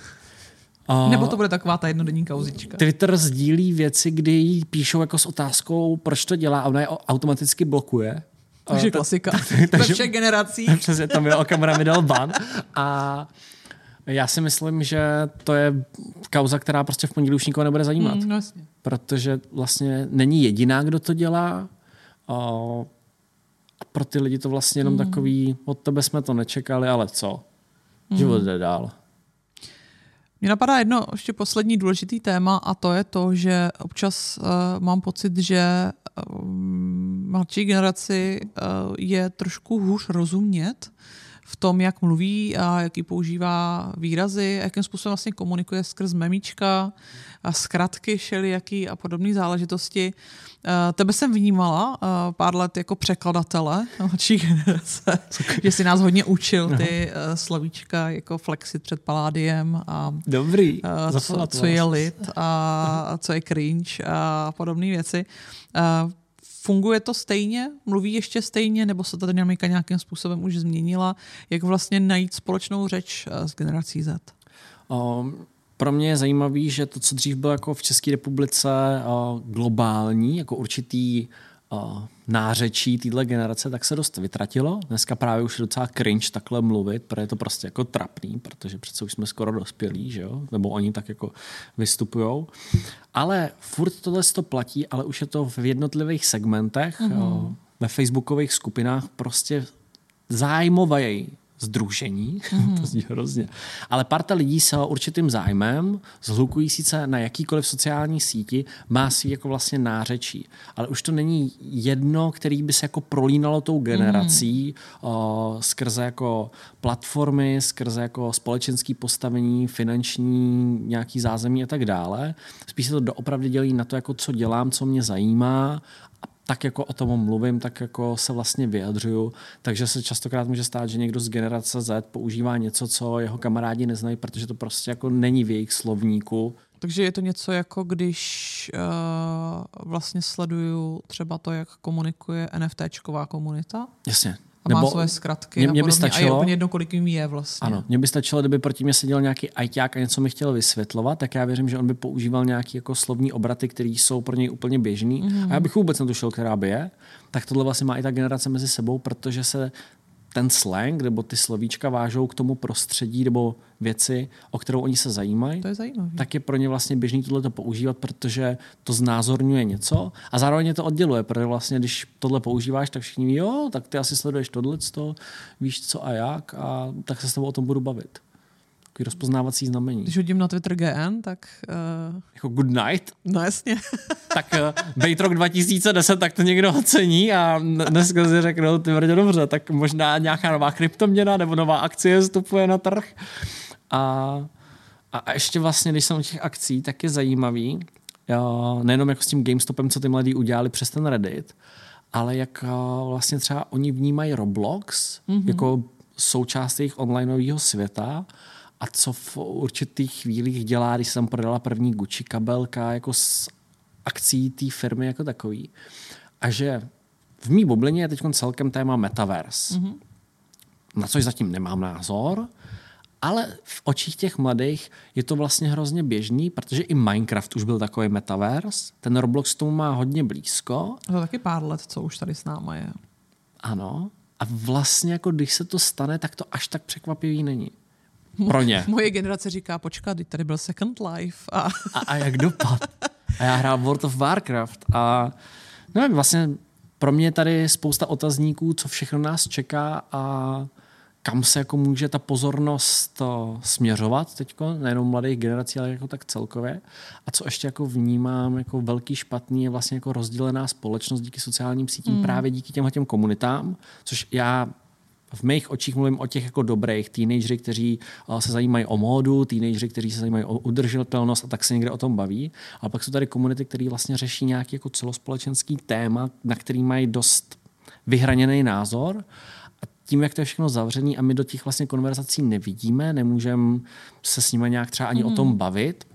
Uh, Nebo to bude taková ta jednodenní kauzička? Twitter sdílí věci, kdy jí píšou jako s otázkou, proč to dělá, a ona je automaticky blokuje. Takže klasika. Ve všech generacích. Přesně, tam je o kamera mi dal ban. A já si myslím, že to je kauza, která prostě v pondělí už nikoho nebude zajímat. Mm, no jasně. Protože vlastně není jediná, kdo to dělá. A pro ty lidi to vlastně jenom mm. takový, od tebe jsme to nečekali, ale co? Život jde dál. Mně napadá jedno ještě poslední důležitý téma a to je to, že občas uh, mám pocit, že uh, mladší generaci uh, je trošku hůř rozumět v tom, jak mluví a jaký používá výrazy, jakým způsobem vlastně komunikuje skrz memíčka a zkratky všelijaký a podobné záležitosti. Uh, tebe jsem vnímala uh, pár let jako překladatele mladší generace, že si nás hodně učil ty uh, slovíčka jako flexit před Palládiem a Dobrý. Uh, co, co je lit a co je cringe a podobné věci. Uh, Funguje to stejně? Mluví ještě stejně? Nebo se ta dynamika nějakým způsobem už změnila? Jak vlastně najít společnou řeč s generací Z? Um, pro mě je zajímavý, že to, co dřív bylo jako v České republice uh, globální, jako určitý uh, nářečí téhle generace, tak se dost vytratilo. Dneska právě už je docela cringe takhle mluvit, protože je to prostě jako trapný, protože přece už jsme skoro dospělí, že jo? Nebo oni tak jako vystupujou. Ale furt tohle to platí, ale už je to v jednotlivých segmentech, mm-hmm. jo, ve facebookových skupinách prostě zájmovej sdružení, mm-hmm. to zní hrozně. Ale parta lidí se určitým zájmem zhlukují sice na jakýkoliv sociální síti, má svý jako vlastně nářečí. Ale už to není jedno, který by se jako prolínalo tou generací mm-hmm. o, skrze jako platformy, skrze jako společenský postavení, finanční nějaký zázemí a tak dále. Spíš se to doopravdy dělí na to, jako co dělám, co mě zajímá, tak jako o tom mluvím, tak jako se vlastně vyjadřuju. Takže se častokrát může stát, že někdo z generace Z používá něco, co jeho kamarádi neznají, protože to prostě jako není v jejich slovníku. Takže je to něco jako když uh, vlastně sleduju třeba to, jak komunikuje NFTčková komunita? Jasně. A má Nebo svoje zkratky mě, mě a podobně. Stačilo, a je úplně jedno, kolik jim je vlastně. Ano, mně by stačilo, kdyby proti mě seděl nějaký ajťák a něco mi chtěl vysvětlovat, tak já věřím, že on by používal nějaké jako slovní obraty, které jsou pro něj úplně běžný. Mm-hmm. A já bych vůbec netušil, která by je. Tak tohle vlastně má i ta generace mezi sebou, protože se ten slang nebo ty slovíčka vážou k tomu prostředí nebo věci, o kterou oni se zajímají. To je zajímavé. Tak je pro ně vlastně běžný tohleto používat, protože to znázorňuje něco a zároveň to odděluje, protože vlastně, když tohle používáš, tak všichni ví, jo, tak ty asi sleduješ tohleto, víš co a jak a tak se s tebou o tom budu bavit. Takový rozpoznávací znamení. Když hodím na Twitter G N, tak... Uh... Jako good night? No jasně. Tak uh, bejt rok dva tisíce deset, tak to někdo ocení a dneska si řeknou, ty vrtě dobře, tak možná nějaká nová kryptoměna nebo nová akcie vstupuje na trh. A, a ještě vlastně, když jsem u těch akcí, tak je zajímavý, uh, nejenom jako s tím GameStopem, co ty mladí udělali přes ten Reddit, ale jak uh, vlastně třeba oni vnímají Roblox mm-hmm. jako součást jejich onlineového světa a co v určitých chvílích dělá, když se tam prodala první Gucci kabelka jako s akcí té firmy jako takový. A že v mý bublině je teď celkem téma metaverse. Mm-hmm. Na což zatím nemám názor, ale v očích těch mladých je to vlastně hrozně běžný, protože i Minecraft už byl takový metaverse. Ten Roblox tomu má hodně blízko. To je taky pár let, co už tady s náma je. Ano. A vlastně jako když se to stane, tak to až tak překvapivý není. Pro ně. Moje generace říká, počkat, tady byl Second Life. A, a, a jak dopad? A já hrál World of Warcraft a nevím, vlastně pro mě je tady spousta otazníků, co všechno nás čeká a kam se jako může ta pozornost směřovat teďko, nejenom mladých generací, ale jako tak celkově. A co ještě jako vnímám jako velký špatný je vlastně jako rozdělená společnost díky sociálním sítím, mm. právě díky těmhle těm komunitám, což já v mých očích mluvím o těch jako dobrých teenagery, kteří se zajímají o módu, teenagery, kteří se zajímají o udržitelnost a tak se někde o tom baví. A pak jsou tady komunity, které vlastně řeší nějaký jako celospolečenský téma, na který mají dost vyhraněný názor. A tím, jak to je všechno zavřený a my do těch vlastně konverzací nevidíme, nemůžeme se s nimi nějak třeba ani mm. o tom bavit,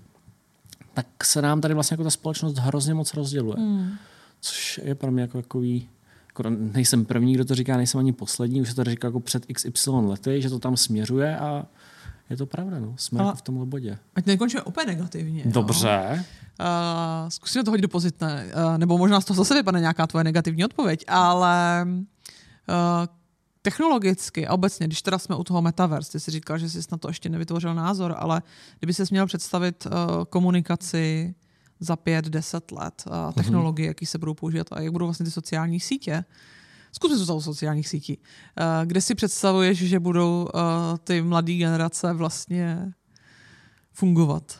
tak se nám tady vlastně jako ta společnost hrozně moc rozděluje. Mm. Což je pro mě jako takový... Nejsem první, kdo to říká, nejsem ani poslední, už se to říká jako před iks ypsilon lety, že to tam směřuje a je to pravda, no. Jsme jako v tomhle bodě. Ať nekončíme úplně negativně. Dobře. Uh, zkusíme to hodit do pozitné, uh, nebo možná z toho zase vypadne nějaká tvoje negativní odpověď, ale uh, technologicky a obecně, když teda jsme u toho metaverse, ty jsi říkal, že jsi na to ještě nevytvořil názor, ale kdyby ses měl představit uh, komunikaci za pět, deset let a technologie, mm-hmm. jaký se budou používat a jak budou vlastně ty sociální sítě. Zkusme zůstat u sociálních sítí. Kde si představuješ, že budou ty mladé generace vlastně fungovat?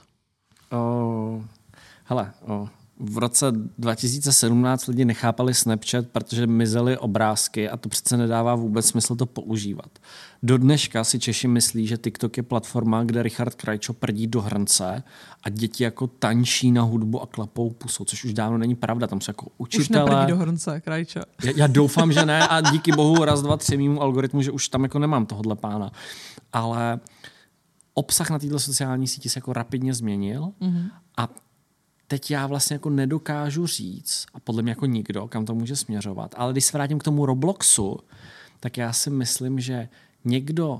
Oh, hele, oh. V roce dva tisíce sedmnáct lidi nechápali Snapchat, protože mizely obrázky a to přece nedává vůbec smysl to používat. Do dneška si Češi myslí, že TikTok je platforma, kde Richard Krajčo prdí do hrnce a děti jako tančí na hudbu a klapou pusou, což už dávno není pravda. Tam jsou jako učitelé. Už neprdí do hrnce, Krajčo. Já, já doufám, že ne a díky bohu raz, dva, tři mýmu algoritmu, že už tam jako nemám tohodle pána. Ale obsah na této sociální síti se jako rapidně změnil mm-hmm. a teď já vlastně jako nedokážu říct, a podle mě jako nikdo, kam to může směřovat, ale když se vrátím k tomu Robloxu, tak já si myslím, že někdo...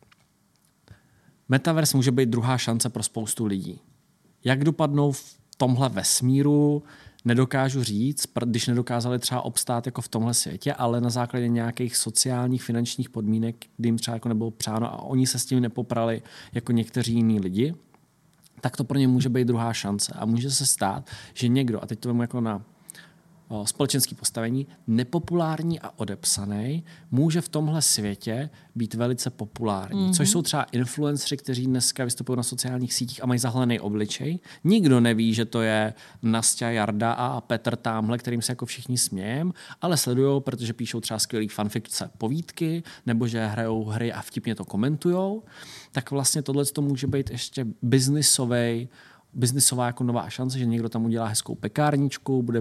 Metaverse může být druhá šance pro spoustu lidí. Jak dopadnou v tomhle vesmíru, nedokážu říct, když nedokázali třeba obstát jako v tomhle světě, ale na základě nějakých sociálních, finančních podmínek, kdy jim třeba jako nebylo přáno a oni se s tím nepoprali jako někteří jiní lidi, tak to pro ně může být druhá šance. A může se stát, že někdo, a teď to vemu jako na o, společenský postavení, nepopulární a odepsaný, může v tomhle světě být velice populární. Mm-hmm. Což jsou třeba influenceri, kteří dneska vystupují na sociálních sítích a mají zahalený obličej. Nikdo neví, že to je Nastia, Jarda a Petr tamhle, kterým se jako všichni smějeme, ale sledujou, protože píšou třeba skvělý fanfikce, povídky, nebo že hrajou hry a vtipně to komentujou. Tak vlastně tohle to může být ještě biznisový, biznisová jako nová šance, že někdo tam udělá hezkou pekárničku, bude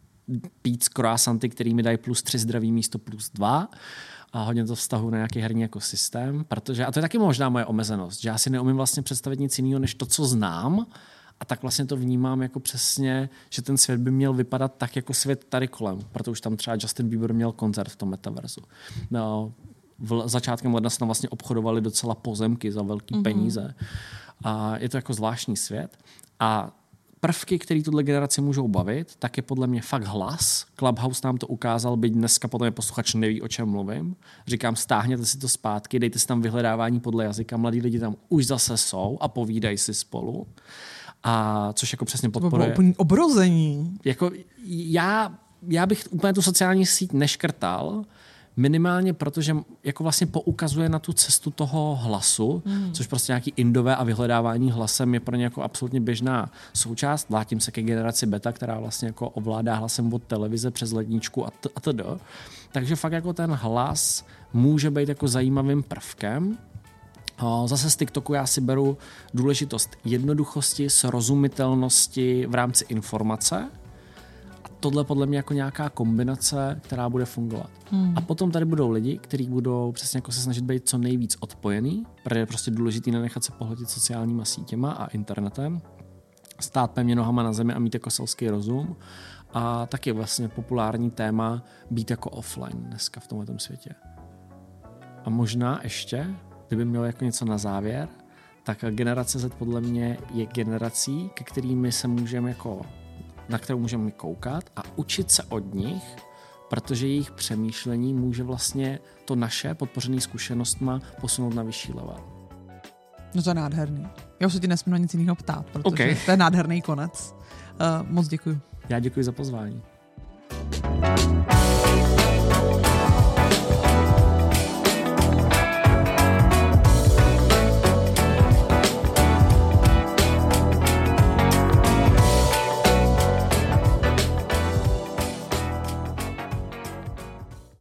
pít croissanty, který mi dají plus tři zdraví místo plus dva a hodně to vztahu na nějaký herní ekosystém, protože, a to je taky možná moje omezenost, že já si neumím vlastně představit nic jiného, než to, co znám a tak vlastně to vnímám jako přesně, že ten svět by měl vypadat tak, jako svět tady kolem, protože už tam třeba Justin Bieber měl koncert v tom metaverzu. No, v začátkem ledna se tam vlastně obchodovali docela pozemky za velký mm-hmm. peníze. A je to jako zvláštní svět. A prvky, které tuhle generaci můžou bavit, tak je podle mě fakt hlas. Clubhouse nám to ukázal, byť dneska podle mě posluchač neví, o čem mluvím. Říkám, stáhněte si to zpátky, dejte si tam vyhledávání podle jazyka. Mladí lidi tam už zase jsou a povídají si spolu. A což jako přesně podporuje. To bylo úplně obrození. Jako já, já bych úplně tu sociální síť neškrtal, minimálně protože jako vlastně poukazuje na tu cestu toho hlasu, mm. což prostě nějaký indové a vyhledávání hlasem je pro ně jako absolutně běžná součást. Vrátím se ke generaci beta, která vlastně jako ovládá hlasem od televize přes ledničku a td. Takže fakt jako ten hlas může být jako zajímavým prvkem. Zase z TikToku já si beru důležitost jednoduchosti, srozumitelnosti v rámci informace. tohle podle mě jako nějaká kombinace, která bude fungovat. Hmm. A potom tady budou lidi, kteří budou přesně jako se snažit být co nejvíc odpojený, protože je prostě důležitý nenechat se pohltit sociálníma sítěma a internetem, stát pevně nohama na zemi a mít jako selský rozum. A taky vlastně populární téma být jako offline dneska v tomhletom světě. A možná ještě, kdyby měl jako něco na závěr, tak generace Z podle mě je generací, ke kterými se můžeme jako, na kterou můžeme koukat a učit se od nich, protože jejich přemýšlení může vlastně to naše, podpořené zkušenostma, posunout na vyšší level. No to je nádherný. Já už se ti nesmím na nic jiného ptát, protože okay. to je nádherný konec. Uh, moc děkuju. Já děkuji za pozvání.